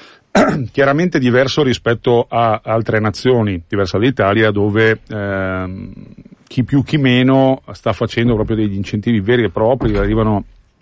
Chiaramente diverso rispetto a altre nazioni, diverso dall'Italia, dove ehm, chi più chi meno sta facendo proprio degli incentivi veri e propri, arrivano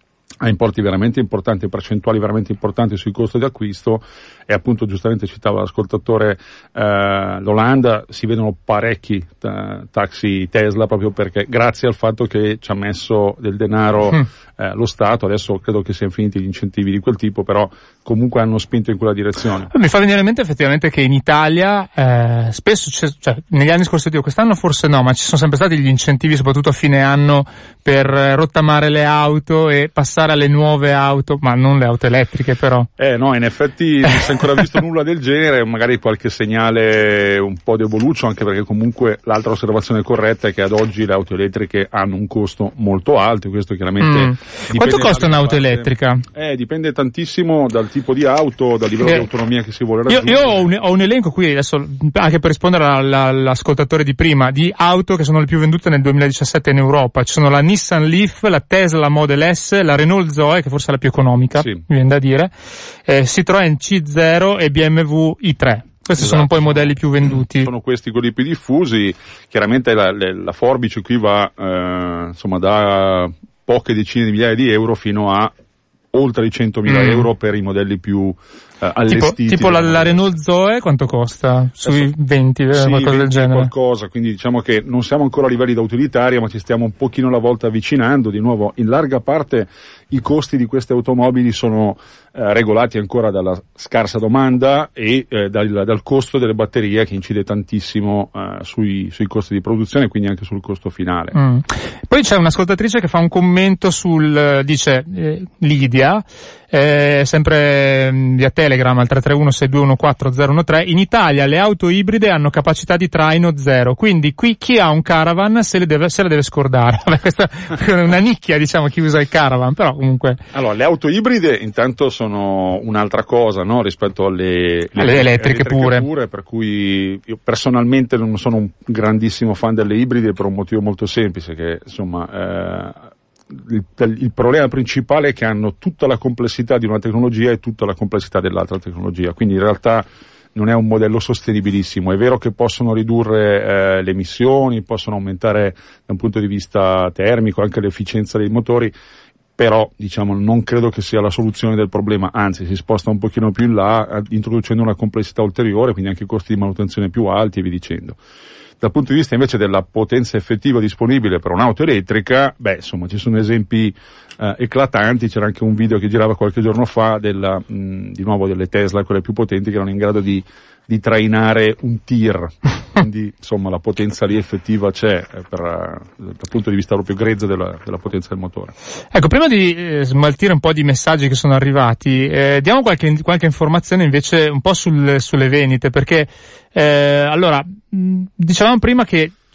a importi veramente importanti, percentuali veramente importanti sui costi di acquisto, e appunto giustamente citava l'ascoltatore eh, l'Olanda, si vedono parecchi t- taxi Tesla proprio perché grazie al fatto che ci ha messo del denaro mm. eh, lo Stato, adesso credo che siano finiti gli incentivi di quel tipo, però comunque hanno spinto in quella direzione. Mi fa venire in mente effettivamente che in Italia eh, spesso, cioè negli anni scorsi, dico, quest'anno forse no, ma ci sono sempre stati gli incentivi soprattutto a fine anno per eh, rottamare le auto e passare alle nuove auto, ma non le auto elettriche però. Eh no, in effetti non si è ancora visto nulla del genere, magari qualche segnale un po' deboluccio, anche perché comunque l'altra osservazione corretta è che ad oggi le auto elettriche hanno un costo molto alto, questo chiaramente mm. Quanto costa un'auto parte. elettrica? Eh, dipende tantissimo dal tipo di auto, dal livello eh, di autonomia che si vuole raggiungere. Io, io ho, un, ho un elenco qui adesso, anche per rispondere alla, all'ascoltatore di prima, di auto che sono le più vendute nel duemiladiciassette in Europa. Ci sono la Nissan Leaf, la Tesla Model S, la Renault Zoe, che forse è la più economica, sì, mi viene da dire, eh, Citroën C zero e B M W i tre. Questi esatto, sono un po' i modelli più venduti. Sono questi quelli più diffusi. Chiaramente la, la, la forbice qui va eh, insomma da poche decine di migliaia di euro fino a oltre i centomila mm. euro per i modelli più eh, allestiti. Tipo, tipo la, la Renault Zoe quanto costa? Sui Adesso, venti, sì, qualcosa venti del genere? Qualcosa, quindi diciamo che non siamo ancora a livelli da utilitaria, ma ci stiamo un pochino alla volta avvicinando. Di nuovo, in larga parte i costi di queste automobili sono eh, regolati ancora dalla scarsa domanda e eh, dal, dal costo delle batterie, che incide tantissimo eh, sui, sui costi di produzione e quindi anche sul costo finale. Mm. Poi c'è un'ascoltatrice che fa un commento sul, dice eh, Lidia, eh, sempre via Telegram al tre tre uno sei due uno quattro zero uno tre, in Italia le auto ibride hanno capacità di traino zero, quindi qui chi ha un caravan se, le deve, se la deve scordare. Vabbè, questa è una nicchia, diciamo, chi usa il caravan, però comunque. Allora, le auto ibride intanto sono un'altra cosa, no, rispetto alle, alle le, elettriche, elettriche pure. pure, per cui io personalmente non sono un grandissimo fan delle ibride per un motivo molto semplice, che insomma eh, il, il problema principale è che hanno tutta la complessità di una tecnologia e tutta la complessità dell'altra tecnologia, quindi in realtà non è un modello sostenibilissimo. È vero che possono ridurre eh, le emissioni, possono aumentare da un punto di vista termico anche l'efficienza dei motori, però diciamo non credo che sia la soluzione del problema, anzi si sposta un pochino più in là introducendo una complessità ulteriore, quindi anche costi di manutenzione più alti e via dicendo. Dal punto di vista invece della potenza effettiva disponibile per un'auto elettrica, beh, insomma, ci sono esempi eh, eclatanti. C'era anche un video che girava qualche giorno fa della, mh, di nuovo delle Tesla, quelle più potenti, che erano in grado di, di trainare un tir. Quindi, insomma, la potenza lì effettiva c'è, eh, per, uh, dal punto di vista proprio grezzo della, della potenza del motore. Ecco, prima di eh, smaltire un po' di messaggi che sono arrivati, eh, diamo qualche, qualche informazione invece un po' sul, sulle vendite, perché Eh, allora, dicevamo prima che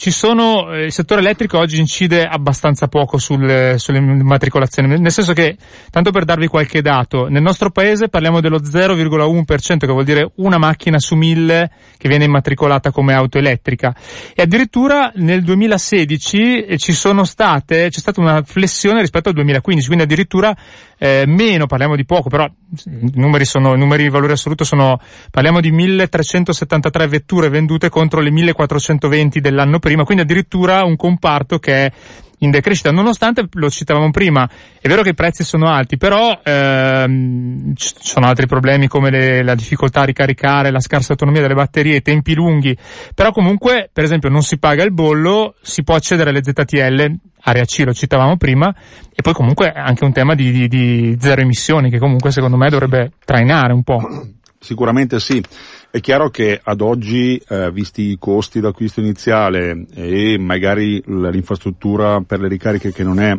ci sono, eh, il settore elettrico oggi incide abbastanza poco sul, sulle immatricolazioni, nel senso che, tanto per darvi qualche dato, nel nostro paese parliamo dello zero virgola uno per cento, che vuol dire una macchina su mille che viene immatricolata come auto elettrica, e addirittura nel duemilasedici eh, ci sono state, c'è stata una flessione rispetto al duemilaquindici, quindi addirittura eh, meno, parliamo di poco, però i numeri sono, i numeri in valore assoluto sono, parliamo di milletrecentosettantatré vetture vendute contro le millequattrocentoventi dell'anno prima, quindi addirittura un comparto che è in decrescita, nonostante, lo citavamo prima, è vero che i prezzi sono alti, però ehm, ci sono altri problemi come le, la difficoltà a ricaricare, la scarsa autonomia delle batterie, i tempi lunghi, però comunque, per esempio, non si paga il bollo, si può accedere alle Z T L, area C lo citavamo prima, e poi comunque anche un tema di, di, di zero emissioni che comunque secondo me dovrebbe trainare un po'. Sicuramente sì. È chiaro che ad oggi, eh, visti i costi d'acquisto iniziale e magari l'infrastruttura per le ricariche che non è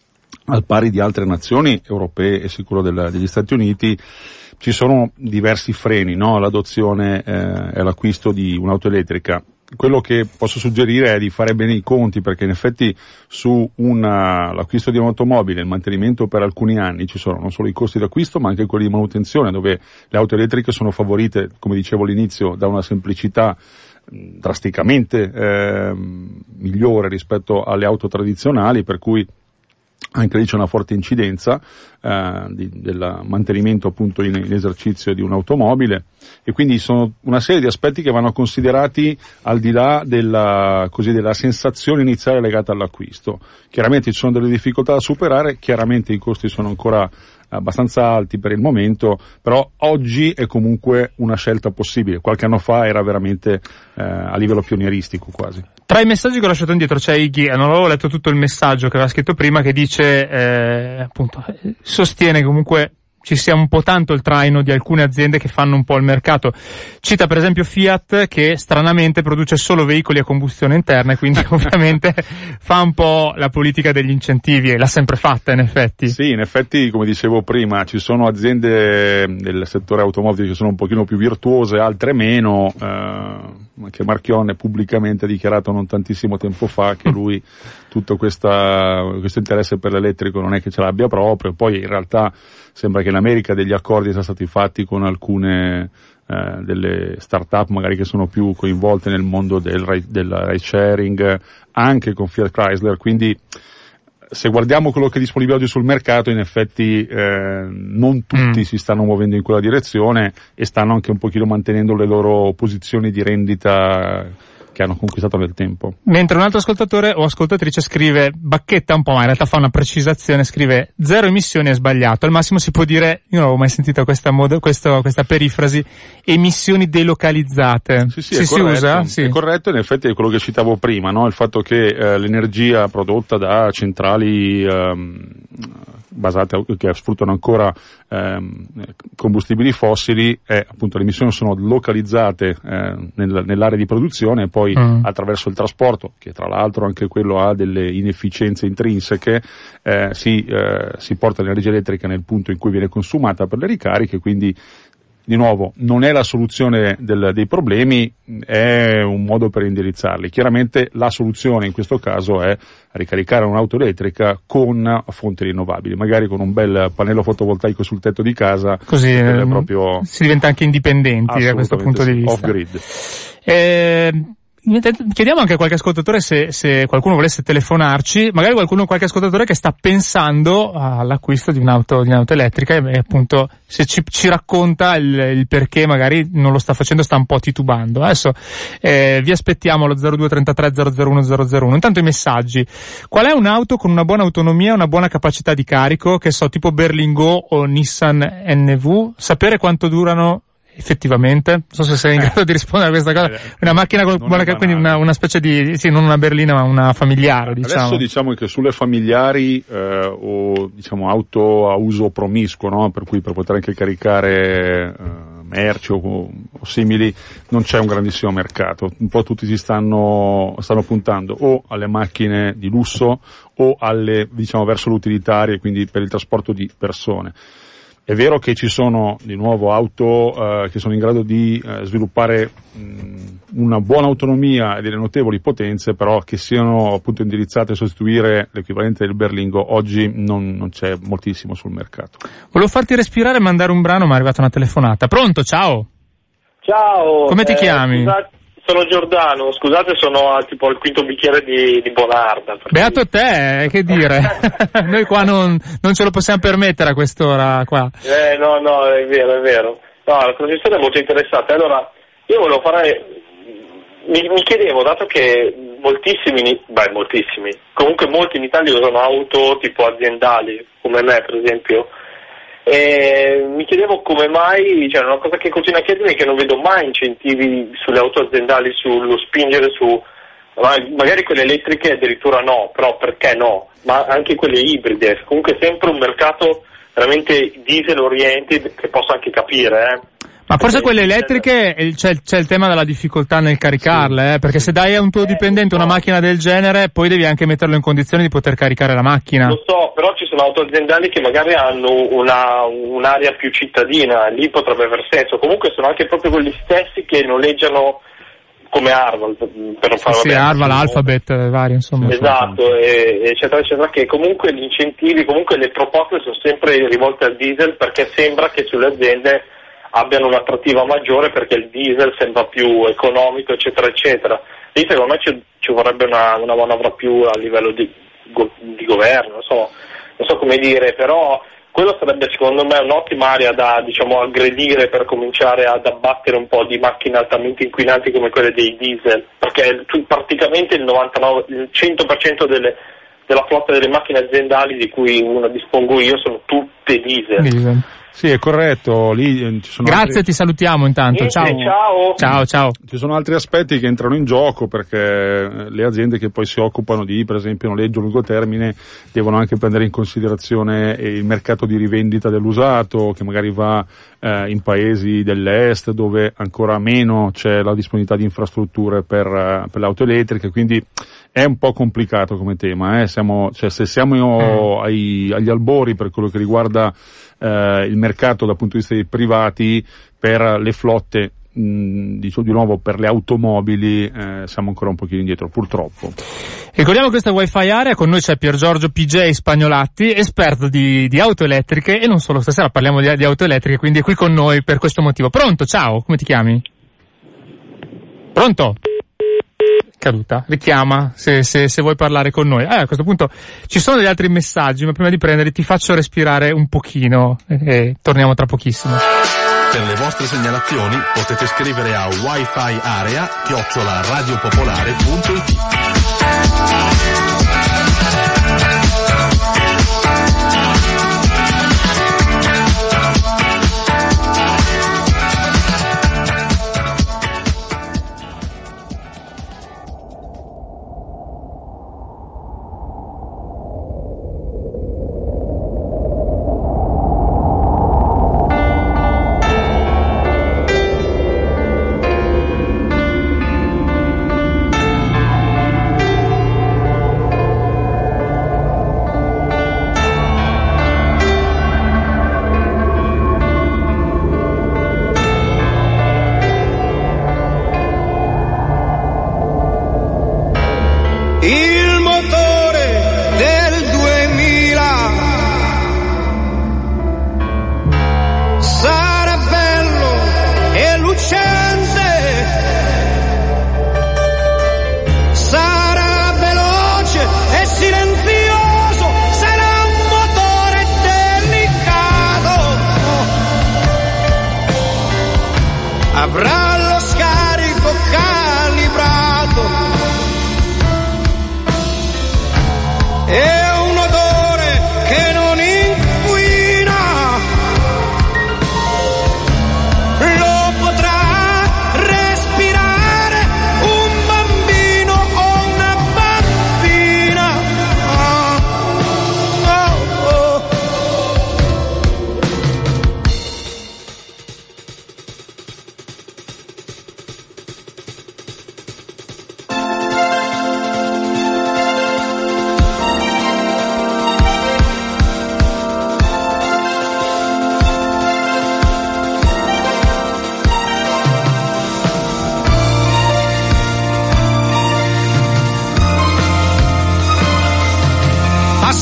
al pari di altre nazioni europee e sicuro del, degli Stati Uniti, ci sono diversi freni, no? L'adozione eh, e l'acquisto di un'auto elettrica. Quello che posso suggerire è di fare bene i conti, perché in effetti su una, l'acquisto di un'automobile, il mantenimento per alcuni anni, ci sono non solo i costi d'acquisto ma anche quelli di manutenzione, dove le auto elettriche sono favorite, come dicevo all'inizio, da una semplicità mh, drasticamente eh, migliore rispetto alle auto tradizionali, per cui anche lì c'è una forte incidenza eh, di, del mantenimento appunto in, in esercizio di un'automobile, e quindi sono una serie di aspetti che vanno considerati al di là della, così, della sensazione iniziale legata all'acquisto. Chiaramente ci sono delle difficoltà da superare, chiaramente i costi sono ancora abbastanza alti per il momento, però oggi è comunque una scelta possibile. Qualche anno fa era veramente eh, a livello pionieristico quasi. Tra i messaggi che ho lasciato indietro c'è Iggy, non avevo letto tutto il messaggio che aveva scritto prima, che dice eh, appunto sostiene che comunque ci sia un po' tanto il traino di alcune aziende che fanno un po' il mercato. Cita per esempio Fiat, che stranamente produce solo veicoli a combustione interna e quindi ovviamente fa un po' la politica degli incentivi, e l'ha sempre fatta in effetti. Sì, in effetti, come dicevo prima, ci sono aziende del settore automobile che sono un pochino più virtuose, altre meno, eh, anche Marchionne pubblicamente ha dichiarato non tantissimo tempo fa che lui tutto questa, questo interesse per l'elettrico non è che ce l'abbia proprio. Poi in realtà sembra che in America degli accordi siano stati fatti con alcune eh, delle start-up magari che sono più coinvolte nel mondo del, del ride sharing, anche con Fiat Chrysler, quindi se guardiamo quello che è disponibile oggi sul mercato, in effetti eh, non tutti mm. si stanno muovendo in quella direzione e stanno anche un pochino mantenendo le loro posizioni di rendita che hanno conquistato nel tempo. Mentre un altro ascoltatore o ascoltatrice scrive, bacchetta un po', ma in realtà fa una precisazione, scrive zero emissioni è sbagliato, al massimo si può dire, io non avevo mai sentito questa mod- questo, questa perifrasi, emissioni delocalizzate. Sì, sì, si, si usa? Sì. È corretto, in effetti è quello che citavo prima, no? Il fatto che eh, l'energia prodotta da centrali ehm, basate, che sfruttano ancora ehm, combustibili fossili, è appunto le emissioni sono localizzate eh, nel, nell'area di produzione e poi mm. attraverso il trasporto, che tra l'altro anche quello ha delle inefficienze intrinseche, eh, si, eh, si porta l'energia elettrica nel punto in cui viene consumata per le ricariche, quindi di nuovo non è la soluzione del, dei problemi, è un modo per indirizzarli. Chiaramente la soluzione in questo caso è ricaricare un'auto elettrica con fonti rinnovabili, magari con un bel pannello fotovoltaico sul tetto di casa, così eh, proprio si diventa anche indipendenti da questo punto sì, di vista. Off-grid. Eh, chiediamo anche a qualche ascoltatore se, se qualcuno volesse telefonarci, magari qualcuno, qualche ascoltatore che sta pensando all'acquisto di un'auto, di un'auto elettrica, e, e appunto se ci, ci racconta il, il perché magari non lo sta facendo, sta un po' titubando. Adesso eh, vi aspettiamo allo zero due trentatré zero zero uno zero zero uno. Intanto i messaggi: qual è un'auto con una buona autonomia e una buona capacità di carico, che so, tipo Berlingo o Nissan N V? Sapere quanto durano effettivamente, non so se sei in grado di rispondere a questa cosa. Una macchina con buona, quindi una, una specie di, sì, non una berlina ma una familiare, diciamo. Adesso diciamo che sulle familiari eh, o diciamo auto a uso promiscuo, no? Per cui per poter anche caricare eh, merci o, o simili non c'è un grandissimo mercato. Un po' tutti si stanno stanno puntando o alle macchine di lusso o alle, diciamo, verso l'utilitarie, quindi per il trasporto di persone. È vero che ci sono di nuovo auto eh, che sono in grado di eh, sviluppare mh, una buona autonomia e delle notevoli potenze, però che siano appunto indirizzate a sostituire l'equivalente del Berlingo, oggi non, non c'è moltissimo sul mercato. Volevo farti respirare e mandare un brano, ma è arrivata una telefonata. Pronto, ciao! Ciao! Come ti eh, chiami? Scusate, sono Giordano, scusate, sono a, tipo al quinto bicchiere di, di Bonarda. Beato a te, che dire. Noi qua non, non ce lo possiamo permettere a quest'ora qua. Eh, no, no, è vero, è vero. No, la trasmissione è molto interessante. Allora, io volevo fare... Mi, mi chiedevo, dato che moltissimi, beh, moltissimi, comunque molti in Italia usano auto tipo aziendali, come me per esempio, e mi chiedevo come mai, cioè una cosa che continua a chiedermi è che non vedo mai incentivi sulle auto aziendali, sullo spingere su, magari quelle elettriche addirittura no, però perché no? Ma anche quelle ibride, comunque sempre un mercato veramente diesel oriented, che posso anche capire, eh. Ma forse quelle elettriche c'è, c'è il tema della difficoltà nel caricarle, eh, perché se dai a un tuo dipendente una macchina del genere, poi devi anche metterlo in condizioni di poter caricare la macchina. Lo so, però ci sono auto aziendali che magari hanno una, un'area più cittadina, lì potrebbe aver senso. Comunque sono anche proprio quelli stessi che noleggiano come Arval, per non farlo sì, sì, Arval, Alphabet, vari, insomma. Esatto, e, eccetera, eccetera, che comunque gli incentivi, comunque le proposte sono sempre rivolte al diesel, perché sembra che sulle aziende abbiano un'attrattiva maggiore perché il diesel sembra più economico, eccetera, eccetera. Lì secondo me ci, ci vorrebbe una, una manovra più a livello di, di governo, non so, non so come dire, però quello sarebbe secondo me un'ottima area da, diciamo, aggredire per cominciare ad abbattere un po' di macchine altamente inquinanti come quelle dei diesel, perché praticamente il novantanove, il cento per cento delle, della flotta delle macchine aziendali di cui una dispongo io sono tutte diesel. diesel. Sì, è corretto. Lì ci sono Grazie, altri... ti salutiamo intanto. Ciao. ciao. Ciao, ciao. Ci sono altri aspetti che entrano in gioco, perché le aziende che poi si occupano di, per esempio, noleggio a lungo termine devono anche prendere in considerazione il mercato di rivendita dell'usato, che magari va eh, in paesi dell'est dove ancora meno c'è la disponibilità di infrastrutture per, uh, per le auto elettriche, quindi è un po' complicato come tema, eh. Siamo, cioè, se siamo ai, agli albori per quello che riguarda eh, il mercato dal punto di vista dei privati, per le flotte, mh, di, di nuovo per le automobili, eh, siamo ancora un pochino indietro, purtroppo. Ricordiamo questa Wi-Fi Area, con noi c'è Pier Giorgio P J Spagnolatti, esperto di, di auto elettriche, e non solo, stasera parliamo di, di auto elettriche, quindi è qui con noi per questo motivo. Pronto, ciao, come ti chiami? Pronto? Caduta, richiama se, se, se vuoi parlare con noi. Eh, a questo punto ci sono degli altri messaggi, ma prima di prendere ti faccio respirare un pochino e, e torniamo tra pochissimo. Per le vostre segnalazioni potete scrivere a wifi area chiocciola radiopopolare punto it.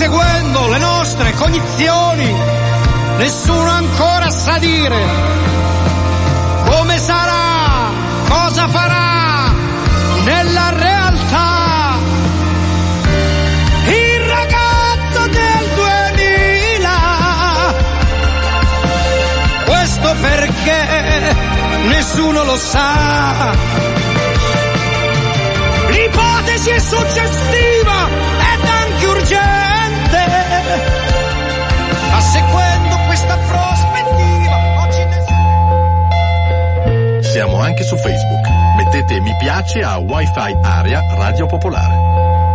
seguendo le nostre cognizioni, nessuno ancora sa dire come sarà, cosa farà nella realtà. Il ragazzo del duemila, questo perché nessuno lo sa. L'ipotesi è suggestiva ed anche urgente, ma seguendo questa prospettiva oggi ne... Siamo anche su Facebook. Mettete mi piace a Wi-Fi Area Radio Popolare.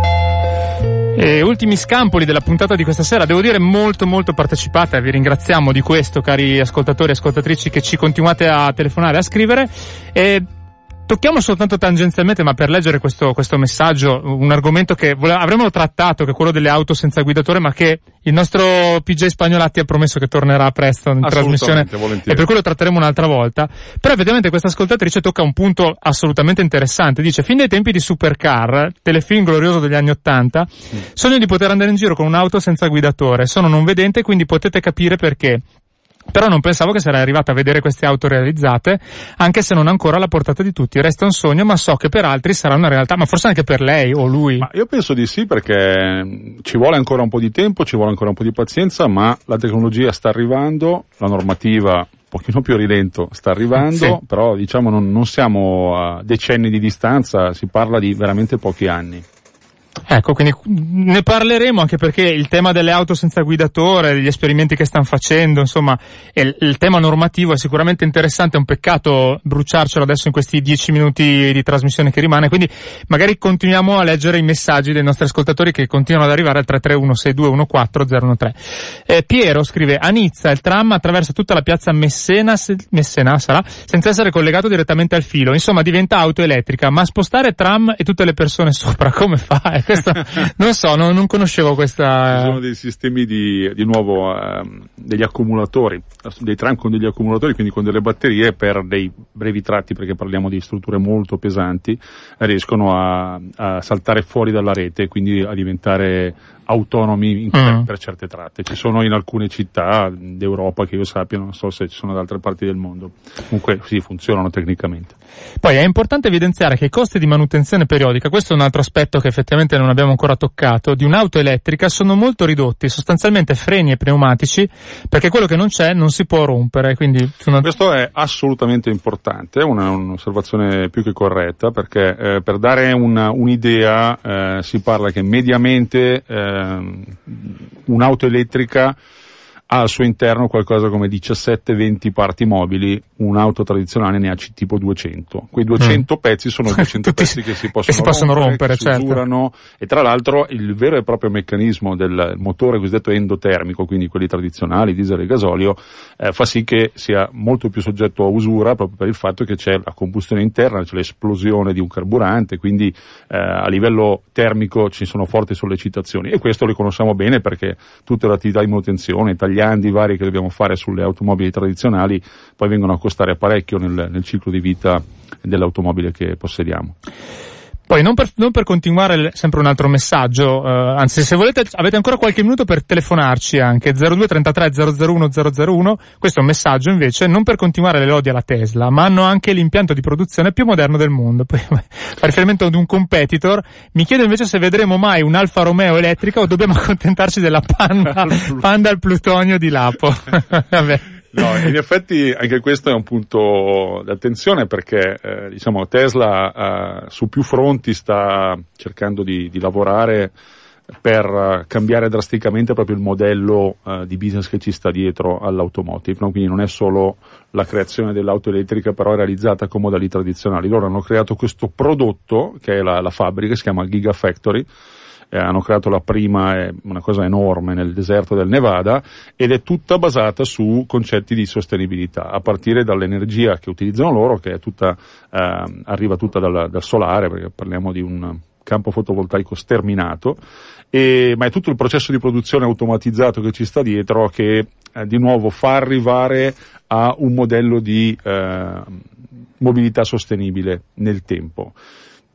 E ultimi scampoli della puntata di questa sera, devo dire molto molto partecipata, vi ringraziamo di questo, cari ascoltatori e ascoltatrici che ci continuate a telefonare e a scrivere. E tocchiamo soltanto tangenzialmente, ma per leggere questo, questo messaggio, un argomento che vole- avremmo trattato, che è quello delle auto senza guidatore, ma che il nostro P J Spagnolatti ha promesso che tornerà presto in trasmissione, e per quello tratteremo un'altra volta. Però effettivamente questa ascoltatrice tocca un punto assolutamente interessante. Dice: fin dai tempi di Supercar, telefilm glorioso degli anni Ottanta, mm. sogno di poter andare in giro con un'auto senza guidatore. Sono non vedente, quindi potete capire perché. Però non pensavo che sarei arrivata a vedere queste auto realizzate, anche se non ancora alla portata di tutti. Resta un sogno, ma so che per altri sarà una realtà, ma forse anche per lei o lui. Ma io penso di sì, perché ci vuole ancora un po' di tempo, ci vuole ancora un po' di pazienza, ma la tecnologia sta arrivando, la normativa un pochino più a rilento sta arrivando, sì. Però diciamo non, non siamo a decenni di distanza, si parla di veramente pochi anni. Ecco, quindi ne parleremo, anche perché il tema delle auto senza guidatore, degli esperimenti che stanno facendo, insomma, il, il tema normativo è sicuramente interessante. È un peccato bruciarcelo adesso in questi dieci minuti di trasmissione che rimane, quindi magari continuiamo a leggere i messaggi dei nostri ascoltatori che continuano ad arrivare al tre tre uno sei due uno quattro zero uno tre. Eh, Piero scrive: a Nizza il tram attraversa tutta la piazza Messena, Messena sarà, senza essere collegato direttamente al filo, insomma diventa auto elettrica, ma spostare tram e tutte le persone sopra come fa? Questo, non so, non, non conoscevo questa. Ci sono dei sistemi di, di nuovo, eh, degli accumulatori, dei tram con degli accumulatori, quindi con delle batterie per dei brevi tratti, perché parliamo di strutture molto pesanti, riescono a, a saltare fuori dalla rete e quindi a diventare autonomi in, per, mm. per certe tratte. Ci sono in alcune città d'Europa che io sappia, non so se ci sono da altre parti del mondo. Comunque sì, funzionano tecnicamente. Poi è importante evidenziare che i costi di manutenzione periodica, questo è un altro aspetto che effettivamente non abbiamo ancora toccato, di un'auto elettrica sono molto ridotti, sostanzialmente freni e pneumatici, perché quello che non c'è non si può rompere. Quindi sono... Questo è assolutamente importante, una, un'osservazione più che corretta, perché eh, per dare una, un'idea eh, si parla che mediamente eh, un'auto elettrica ha al suo interno qualcosa come diciassette venti parti mobili, un'auto tradizionale ne ha tipo duecento. Quei duecento mm. pezzi sono duecento pezzi che si possono, che si possono rompere, rompere che si usurano, certo. E tra l'altro il vero e proprio meccanismo del motore cosiddetto endotermico, quindi quelli tradizionali, diesel e gasolio, eh, fa sì che sia molto più soggetto a usura, proprio per il fatto che c'è la combustione interna, c'è l'esplosione di un carburante, quindi eh, a livello termico ci sono forti sollecitazioni, e questo lo conosciamo bene perché tutte le attività di manutenzione, tagliandi vari che dobbiamo fare sulle automobili tradizionali poi vengono a costare parecchio nel, nel ciclo di vita dell'automobile che possediamo. Poi non per, non per continuare, sempre un altro messaggio, eh, anzi se volete avete ancora qualche minuto per telefonarci anche, zero due trentatré zero zero uno zero zero uno, questo è un messaggio invece, non per continuare le lodi alla Tesla, ma hanno anche l'impianto di produzione più moderno del mondo. Poi fa riferimento ad un competitor, mi chiedo invece se vedremo mai un Alfa Romeo elettrica o dobbiamo accontentarci della Panda, Panda al plutonio di Lapo. Vabbè. No, in effetti anche questo è un punto d'attenzione perché eh, diciamo Tesla eh, su più fronti sta cercando di, di lavorare per uh, cambiare drasticamente proprio il modello uh, di business che ci sta dietro all'automotive, no? Quindi non è solo la creazione dell'auto elettrica però realizzata con modelli tradizionali. Loro hanno creato questo prodotto che è la, la fabbrica, si chiama Gigafactory. Eh, hanno creato la prima, è una cosa enorme nel deserto del Nevada, ed è tutta basata su concetti di sostenibilità, a partire dall'energia che utilizzano loro, che è tutta, eh, arriva tutta dal, dal solare, perché parliamo di un campo fotovoltaico sterminato, e, ma è tutto il processo di produzione automatizzato che ci sta dietro che eh, di nuovo fa arrivare a un modello di eh, mobilità sostenibile nel tempo.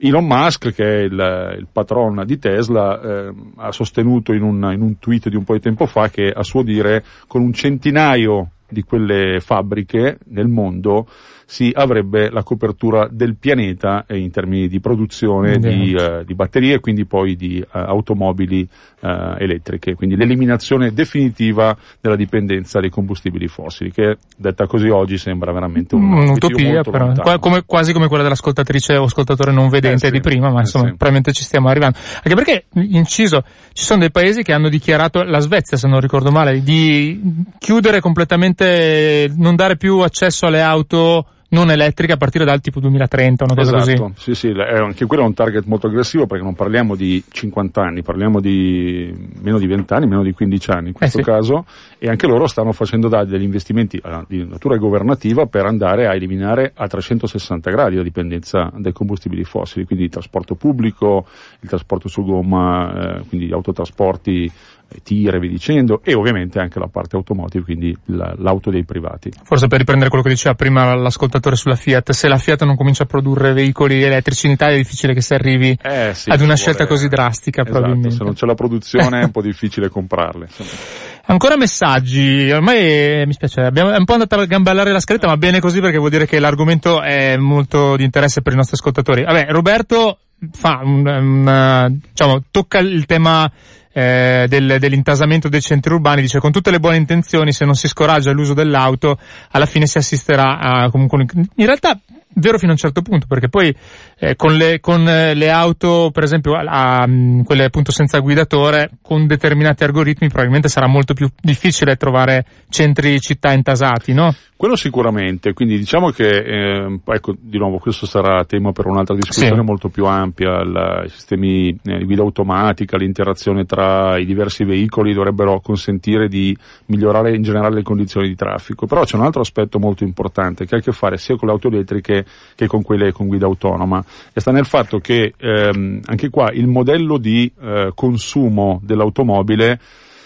Elon Musk, che è il, il patron di Tesla, eh, ha sostenuto in un, in un tweet di un po' di tempo fa che, a suo dire, con un centinaio di quelle fabbriche nel mondo si avrebbe la copertura del pianeta in termini di produzione di, uh, di batterie e quindi poi di uh, automobili uh, elettriche, quindi l'eliminazione definitiva della dipendenza dai combustibili fossili, che detta così oggi sembra veramente un un'utopia, però Qua, come, quasi come quella dell'ascoltatrice o ascoltatore non vedente eh sì, di prima, ma insomma eh sì. probabilmente ci stiamo arrivando, anche perché, inciso, ci sono dei paesi che hanno dichiarato, la Svezia se non ricordo male, di chiudere completamente, non dare più accesso alle auto non elettriche a partire dal tipo duemilatrenta, una cosa esatto. così. Sì, sì, è, anche quello è un target molto aggressivo, perché non parliamo di cinquanta anni, parliamo di meno di venti anni, meno di quindici anni in questo eh sì. caso, e anche loro stanno facendo degli investimenti uh, di natura governativa per andare a eliminare a trecentosessanta gradi la dipendenza dai combustibili fossili, quindi il trasporto pubblico, il trasporto su gomma, eh, quindi autotrasporti, tir e via dicendo, e ovviamente anche la parte automotive, quindi la, l'auto dei privati. Forse per riprendere quello che diceva prima l'ascoltatore sulla Fiat, se la Fiat non comincia a produrre veicoli elettrici in Italia è difficile che si arrivi eh, sì, ad una vuole... scelta così drastica. Esatto, probabilmente. Se non c'è la produzione è un po' difficile comprarle. Ancora messaggi, ormai eh, mi spiace, abbiamo, è un po' andata a gambellare la scaletta, ma bene così, perché vuol dire che l'argomento è molto di interesse per i nostri ascoltatori. Vabbè, Roberto fa un, un, diciamo, tocca il tema Eh, del, dell'intasamento dei centri urbani, dice: con tutte le buone intenzioni, se non si scoraggia l'uso dell'auto, alla fine si assisterà a comunque, in realtà vero fino a un certo punto, perché poi eh, con le con eh, le auto, per esempio, a, a, quelle appunto senza guidatore, con determinati algoritmi probabilmente sarà molto più difficile trovare centri città intasati, no? Quello sicuramente, quindi diciamo che, eh, ecco, di nuovo, questo sarà tema per un'altra discussione sì. molto più ampia. La, i sistemi eh, di guida automatica, l'interazione tra i diversi veicoli dovrebbero consentire di migliorare in generale le condizioni di traffico, però c'è un altro aspetto molto importante che ha a che fare sia con le auto elettriche che con quelle con guida autonoma, e sta nel fatto che ehm, anche qua il modello di eh, consumo dell'automobile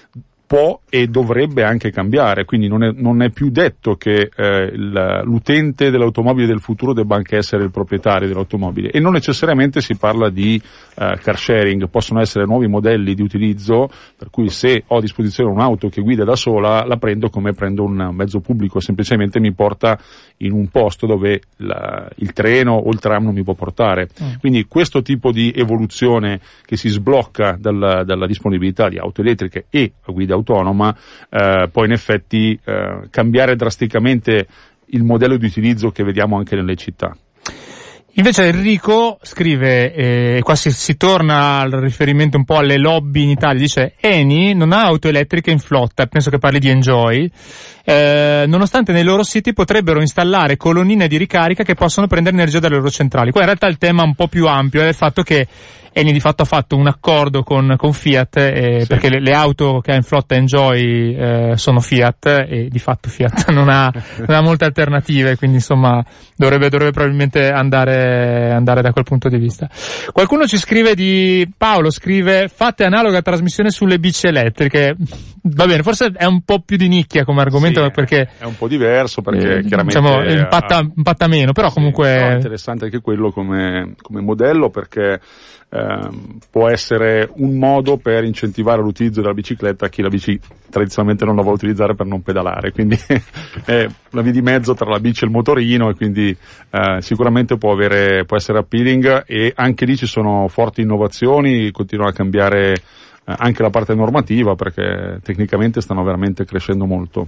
può e dovrebbe anche cambiare, quindi non è, non è più detto che eh, il, l'utente dell'automobile del futuro debba anche essere il proprietario dell'automobile, e non necessariamente si parla di eh, car sharing, possono essere nuovi modelli di utilizzo, per cui se ho a disposizione un'auto che guida da sola, la prendo come prendo un mezzo pubblico, semplicemente mi porta in un posto dove la, il treno o il tram non mi può portare. Mm. Quindi questo tipo di evoluzione che si sblocca dalla, dalla disponibilità di auto elettriche e a guida autonoma, eh, poi in effetti eh, cambiare drasticamente il modello di utilizzo che vediamo anche nelle città. Invece Enrico scrive, e eh, qua si, si torna al riferimento un po' alle lobby in Italia, dice: Eni non ha auto elettriche in flotta, penso che parli di Enjoy, eh, nonostante nei loro siti potrebbero installare colonnine di ricarica che possono prendere energia dalle loro centrali. Qua in realtà il tema un po' più ampio è il fatto che Eni di fatto ha fatto un accordo con, con Fiat, eh, sì. perché le, le auto che ha in flotta Enjoy eh, sono Fiat, e di fatto Fiat non ha, non ha molte alternative, quindi insomma dovrebbe, dovrebbe probabilmente andare, andare da quel punto di vista. Qualcuno ci scrive di, Paolo scrive: fate analoga trasmissione sulle bici elettriche. Va bene, forse è un po' più di nicchia come argomento, sì, perché è un po' diverso, perché eh, chiaramente diciamo, impatta, impatta meno, però comunque sì, no, è interessante anche quello come, come modello, perché ehm, può essere un modo per incentivare l'utilizzo della bicicletta a chi la bici tradizionalmente non la vuole utilizzare per non pedalare, quindi è la via di mezzo tra la bici e il motorino, e quindi eh, sicuramente può avere, può essere appealing, e anche lì ci sono forti innovazioni, continuano a cambiare anche la parte normativa, perché tecnicamente stanno veramente crescendo molto.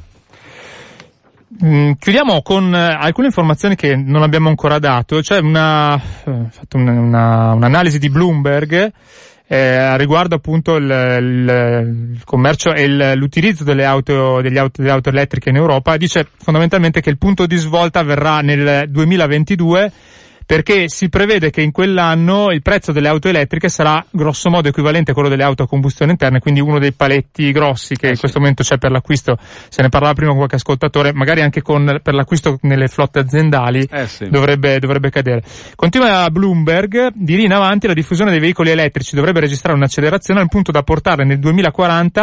Mm, chiudiamo con eh, alcune informazioni che non abbiamo ancora dato. C'è una, eh, fatto una, una, un'analisi di Bloomberg eh, riguardo appunto il, il, il commercio e il, l'utilizzo delle auto, degli auto, delle auto elettriche in Europa. Dice fondamentalmente che il punto di svolta avverrà nel duemilaventidue, perché si prevede che in quell'anno il prezzo delle auto elettriche sarà grosso modo equivalente a quello delle auto a combustione interna, quindi uno dei paletti grossi che eh, in sì. questo momento c'è per l'acquisto. Se ne parlava prima con qualche ascoltatore, magari anche con, per l'acquisto nelle flotte aziendali eh, sì. dovrebbe, dovrebbe cadere. Continua Bloomberg: di lì in avanti la diffusione dei veicoli elettrici dovrebbe registrare un'accelerazione al punto da portare nel duemilaquaranta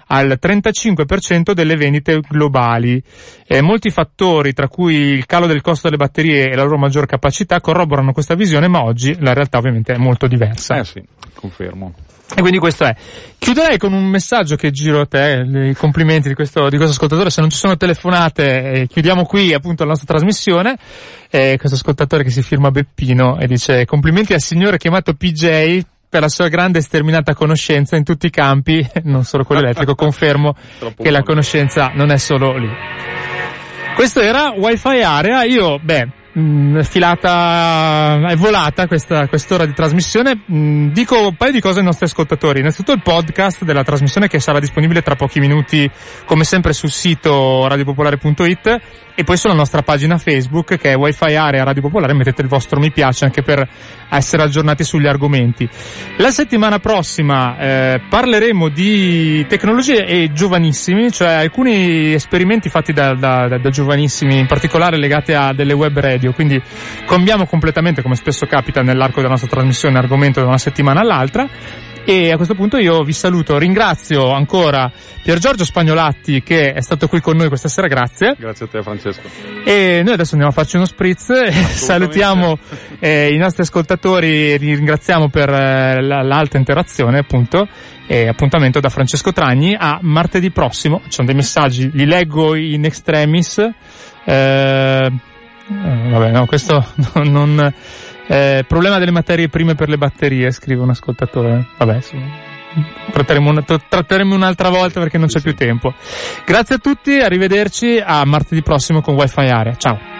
al trentacinque per cento delle vendite globali. Eh, molti fattori, tra cui il calo del costo delle batterie e la loro maggior capacità, corroborano questa visione, ma oggi la realtà ovviamente è molto diversa. Eh sì, confermo. E quindi questo è. Chiuderei con un messaggio che giro a te, i complimenti di questo, di questo ascoltatore. Se non ci sono telefonate, eh, chiudiamo qui appunto la nostra trasmissione. Eh, questo ascoltatore che si firma Beppino e dice: complimenti al signore chiamato P J per la sua grande e sterminata conoscenza in tutti i campi, non solo quello elettrico. Confermo che la conoscenza non è solo lì. Questo era Wi-Fi Area. Io, beh, mh, filata, è volata questa, quest'ora di trasmissione. Mh, dico un paio di cose ai nostri ascoltatori. Innanzitutto il podcast della trasmissione, che sarà disponibile tra pochi minuti, come sempre, sul sito radiopopolare punto it, e poi sulla nostra pagina Facebook, che è Wi-Fi Area Radio Popolare. Mettete il vostro mi piace anche per essere aggiornati sugli argomenti. La settimana prossima eh, parleremo di tecnologie e giovanissimi, cioè alcuni esperimenti fatti da, da, da, da giovanissimi, in particolare legati a delle web radio. Quindi cambiamo completamente, come spesso capita nell'arco della nostra trasmissione, argomento da una settimana all'altra. E a questo punto io vi saluto, ringrazio ancora Pier Giorgio Spagnolatti, che è stato qui con noi questa sera, grazie. Grazie a te, Francesco. E noi adesso andiamo a farci uno spritz, salutiamo eh, i nostri ascoltatori, li ringraziamo per eh, l'alta interazione, appunto, e appuntamento da Francesco Tragni a martedì prossimo. Ci sono dei messaggi, li leggo in extremis. eh, vabbè, no, questo non... non Eh, problema delle materie prime per le batterie, scrive un ascoltatore. Vabbè, sì. Tratteremo, una, tratteremo un'altra volta perché non c'è più tempo. Grazie a tutti, arrivederci a martedì prossimo con Wi-Fi Area. Ciao.